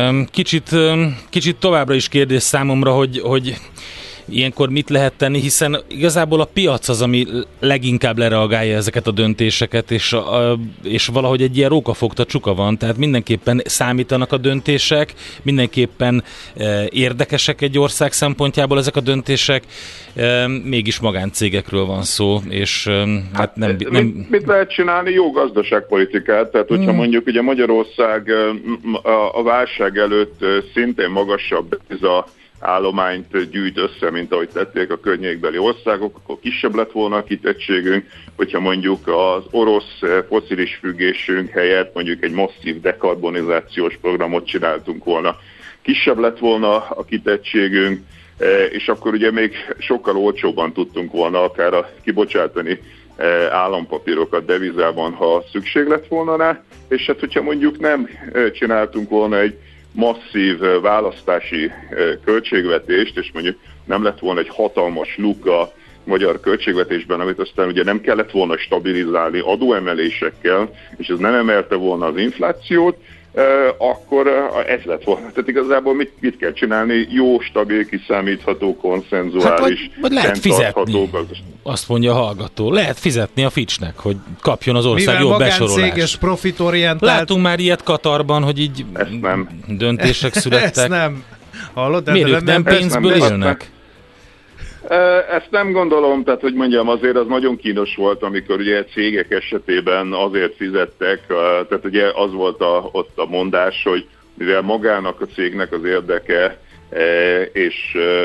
Kicsit továbbra is kérdés számomra, hogy ilyenkor mit lehet tenni, hiszen igazából a piac az, ami leginkább lereagálja ezeket a döntéseket, és valahogy egy ilyen rókafogta csuka van, tehát mindenképpen számítanak a döntések, mindenképpen érdekesek egy ország szempontjából ezek a döntések, mégis magáncégekről van szó, és hát nem... Mit lehet csinálni? Jó gazdaságpolitikát, tehát hogyha mondjuk ugye Magyarország a válság előtt szintén magasabb ez a állományt gyűjt össze, mint ahogy tették a környékbeli országok, akkor kisebb lett volna a kitettségünk, hogyha mondjuk az orosz fosszilis függésünk helyett mondjuk egy masszív dekarbonizációs programot csináltunk volna, kisebb lett volna a kitettségünk, és akkor ugye még sokkal olcsóbban tudtunk volna akár kibocsátani állampapírokat devizában, ha szükség lett volna rá, és hát hogyha mondjuk nem csináltunk volna egy masszív választási költségvetést, és mondjuk nem lett volna egy hatalmas luk a magyar költségvetésben, amit aztán ugye nem kellett volna stabilizálni adóemelésekkel, és ez nem emelte volna az inflációt, akkor ez lett volna. Tehát igazából mit kell csinálni? Jó, stabil, kiszámítható, konszenzuális, vagy lehet fizetni. Azt mondja a hallgató. Lehet fizetni a Fitchnek, hogy kapjon az ország jobb besorolást. Mivel magáncéges, profitorientált... Látunk már ilyet Katarban, hogy így döntések születtek. Ezt nem. Hallod? Miért ők nem pénzből élnek? Ezt nem gondolom, tehát hogy mondjam, azért az nagyon kínos volt, amikor ugye cégek esetében azért fizettek, tehát ugye az volt ott a mondás, hogy mivel magának a cégnek az érdeke, és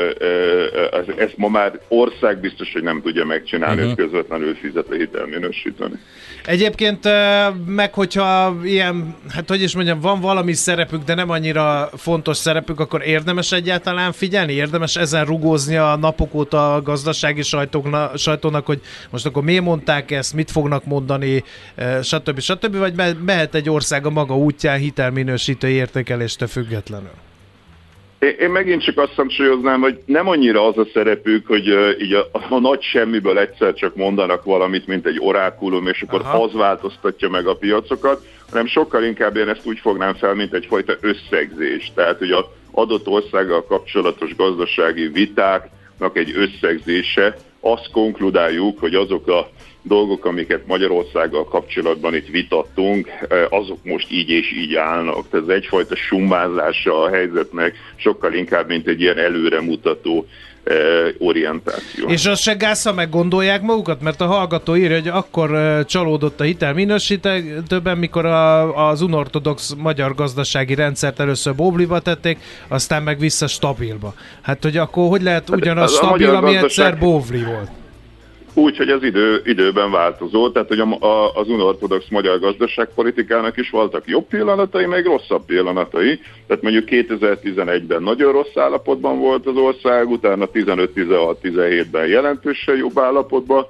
ezt ma már ország biztos, hogy nem tudja megcsinálni, hogy közvetlenül fizet a hitelminősíteni. Egyébként meg hogyha ilyen, hát hogy is mondjam, van valami szerepük, de nem annyira fontos szerepük, akkor érdemes egyáltalán figyelni? Érdemes ezen rugózni a napok óta a gazdasági sajtónak, hogy most akkor miért mondták ezt, mit fognak mondani, stb. Vagy mehet egy ország a maga útján hitelminősítő értékeléstől függetlenül? Én megint csak azt hangsúlyoznám, hogy nem annyira az a szerepük, hogy így a nagy semmiből egyszer csak mondanak valamit, mint egy orákulum, és akkor az változtatja meg a piacokat, hanem sokkal inkább én ezt úgy fognám fel, mint egyfajta összegzés. Tehát, hogy az adott országgal kapcsolatos gazdasági vitáknak egy összegzése, azt konkludáljuk, hogy azok a dolgok, amiket Magyarországgal kapcsolatban itt vitattunk, azok most így és így állnak. Tehát ez egyfajta summázása a helyzetnek, sokkal inkább, mint egy ilyen előremutató orientáció. És azt se gásza meggondolják magukat, mert a hallgató írja, hogy akkor csalódott a hitelminősítőben, mikor az unortodox magyar gazdasági rendszert először bóbliba tették, aztán meg vissza stabilba. Hát, hogy akkor hogy lehet ugyanaz stabil, ami egyszer bóvli volt? Úgy, hogy az időben változó, tehát hogy az unortodox magyar gazdaságpolitikának is voltak jobb pillanatai, meg rosszabb pillanatai. Tehát mondjuk 2011-ben nagyon rossz állapotban volt az ország, utána 15-16-17-ben jelentősen jobb állapotban,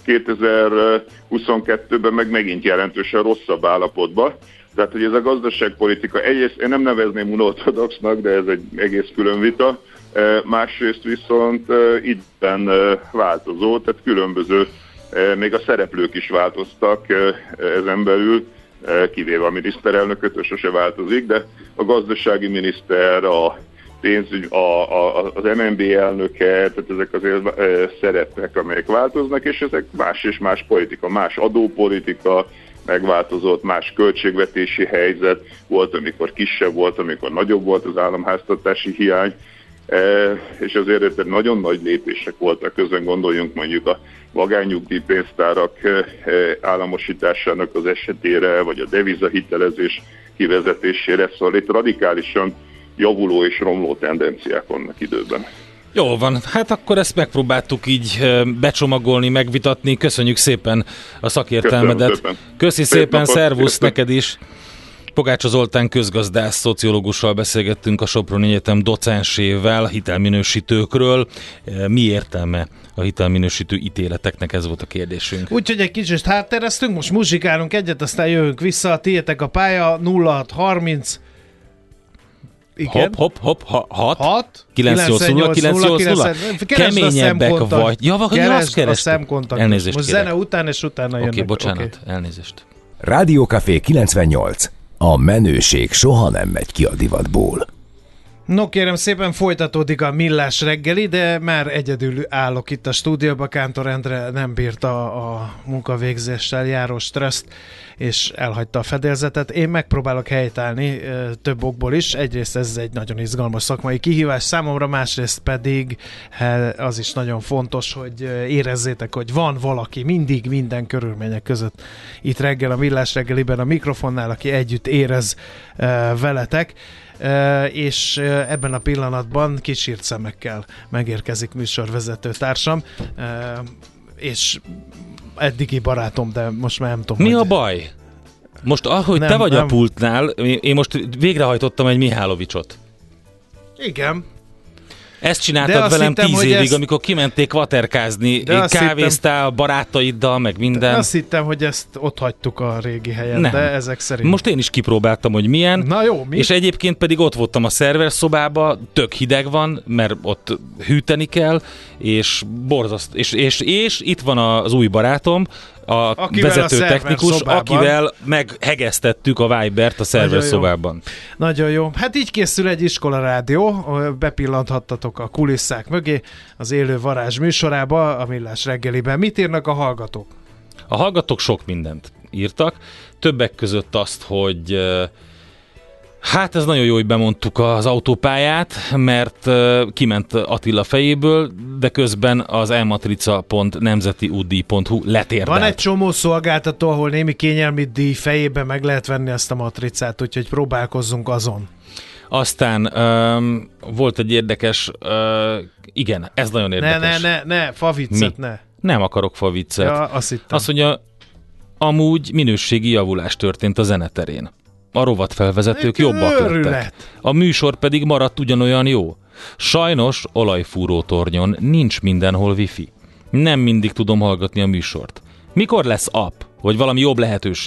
2022-ben meg megint jelentősen rosszabb állapotban. Tehát, hogy ez a gazdaságpolitika egyrészt, én nem nevezném unortodoxnak, de ez egy egész külön vita, másrészt viszont időben változó, tehát különböző, még a szereplők is változtak ezen belül, kivéve a miniszterelnököt, sose változik, de a gazdasági miniszter, a pénzügy, az MNB elnöke, tehát ezek azért szerepek, amelyek változnak, és ezek más és más politika, más adópolitika, megváltozott, más költségvetési helyzet, volt, amikor kisebb volt, amikor nagyobb volt az államháztartási hiány, és azért nagyon nagy lépések voltak közben, gondoljunk mondjuk a magánnyugdíjpénztárak államosításának az esetére, vagy a devizahitelezés kivezetésére, szóval itt radikálisan javuló és romló tendenciák vannak időben. Jó van, hát akkor ezt megpróbáltuk így becsomagolni, megvitatni. Köszönjük szépen a szakértelmedet. Köszi szépen, szervusz neked is. Pogácsa Zoltán közgazdász szociológussal beszélgettünk, a Soproni Egyetem docensével hitelminősítőkről. Mi értelme a hitelminősítő ítéleteknek, ez volt a kérdésünk. Úgyhogy egy kicsit háttereztünk, most muzsikálunk egyet, aztán jövünk vissza, tiétek a pálya, 0630 igen. Hopp, 6 980 keményebbek vagy. Ja, azt kerestem. Elnézést most kérek. Zene után, és utána jönnek. Oké, bocsánat, elnézést. Rádiókafé 98. A menőség soha nem megy ki a divatból. No kérem szépen, folytatódik a Millás reggeli, de már egyedül állok itt a stúdióban. Kántor Endre nem bírta a munkavégzéssel járó stresszt, és elhagyta a fedélzetet. Én megpróbálok helytállni több okból is. Egyrészt ez egy nagyon izgalmas szakmai kihívás számomra, másrészt pedig az is nagyon fontos, hogy érezzétek, hogy van valaki mindig minden körülmények között itt reggel a Millás reggeliben a mikrofonnál, aki együtt érez veletek. És ebben a pillanatban kisírt szemekkel megérkezik műsorvezető társam, és eddigi barátom, de most már nem tudom. Mi a baj? Most ahogy te vagy a pultnál, én most végrehajtottam egy Mihálovicsot. Igen. Ezt csináltad velem 10 évig, amikor kimenték kvaterkázni, kávéztál barátaiddal, meg minden. De azt hittem, hogy ezt ott hagytuk a régi helyen, nem. De ezek szerint. Most én is kipróbáltam, hogy milyen. Na jó, mi? És egyébként pedig ott voltam a szerverszobába, tök hideg van, mert ott hűteni kell, és borzaszt. És itt van az új barátom, akivel vezető technikus, akivel meghegeztettük a Vibert a szerverszobában. Nagyon jó. Hát így készül egy iskolarádió, bepillanthattatok a kulisszák mögé, az élő varázs műsorába, a Millás reggeliben. Mit írnak a hallgatók? A hallgatók sok mindent írtak, többek között azt, hogy hát ez nagyon jó, hogy bemondtuk az autópályát, mert kiment Attila fejéből, de közben az elmatrica.nemzetiudi.hu letérdelt. Van egy csomó szolgáltató, ahol némi kényelmi díj fejében meg lehet venni ezt a matricát, úgyhogy próbálkozzunk azon. Aztán volt egy érdekes, igen, ez nagyon érdekes. Ne, faviccet, ne. Nem akarok faviccet. Ja, azt hittem. Azt mondja, amúgy minőségi javulás történt a zeneterén. A rovatfelvezetők jobbak lettek. A műsor pedig maradt ugyanolyan jó. Sajnos olajfúrótornyon nincs mindenhol wifi. Nem mindig tudom hallgatni a műsort. Mikor lesz app? Vagy valami jobb lehetőség?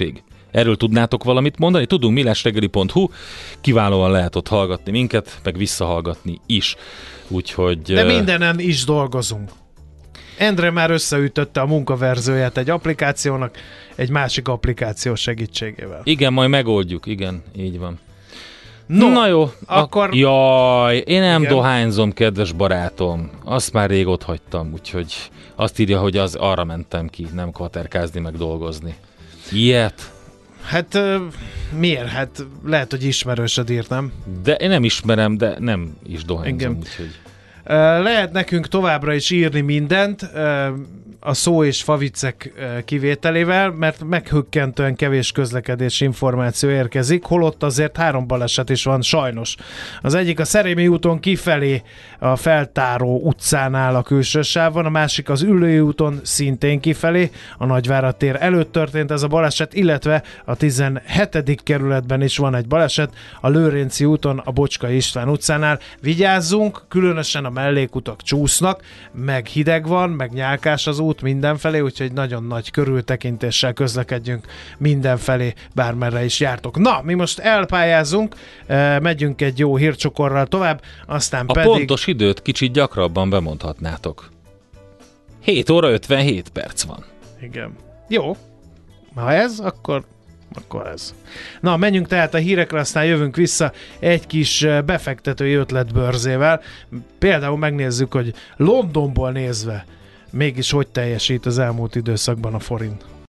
Erről tudnátok valamit mondani? Tudunk, millásreggeli.hu, kiválóan lehet ott hallgatni minket, meg visszahallgatni is. Úgyhogy... De mindenen is dolgozunk. Endre már összeütötte a munkaverzióját egy applikációnak, egy másik applikáció segítségével. Igen, majd megoldjuk, igen, így van. No, na jó, akkor... Jaj, én nem igen. dohányzom, kedves barátom. Azt már rég ott hagytam, úgyhogy azt írja, hogy az arra mentem ki, nem kvaterkázni, meg dolgozni. Ilyet? Hát miért? Hát lehet, hogy ismerősöd írt, nem? De én nem ismerem, de nem is dohányzom, úgyhogy... Lehet nekünk továbbra is írni mindent, a szó és faviccek kivételével, mert meghökkentően kevés közlekedési információ érkezik, holott azért 3 baleset is van, sajnos. Az egyik a Szerémi úton kifelé a Feltáró utcánál a külső sávon, a másik az Üllői úton szintén kifelé, a Nagyvárad tér előtt történt ez a baleset, illetve a 17. kerületben is van egy baleset, a Lőrinci úton a Bocskai István utcánál. Vigyázzunk, különösen a mellékutak csúsznak, meg hideg van, meg nyálkás az út mindenfelé, úgyhogy nagyon nagy körültekintéssel közlekedjünk mindenfelé, bármerre is jártok. Na, mi most elpályázunk, megyünk egy jó hírcsokorral tovább, aztán a pedig... pontos időt kicsit gyakrabban bemondhatnátok. 7 óra 57 perc van. Igen. Jó. Ha ez, akkor ez. Na, menjünk tehát a hírekre, aztán jövünk vissza egy kis befektetői ötletbörzével. Például megnézzük, hogy Londonból nézve mégis hogy teljesít az elmúlt időszakban a forint.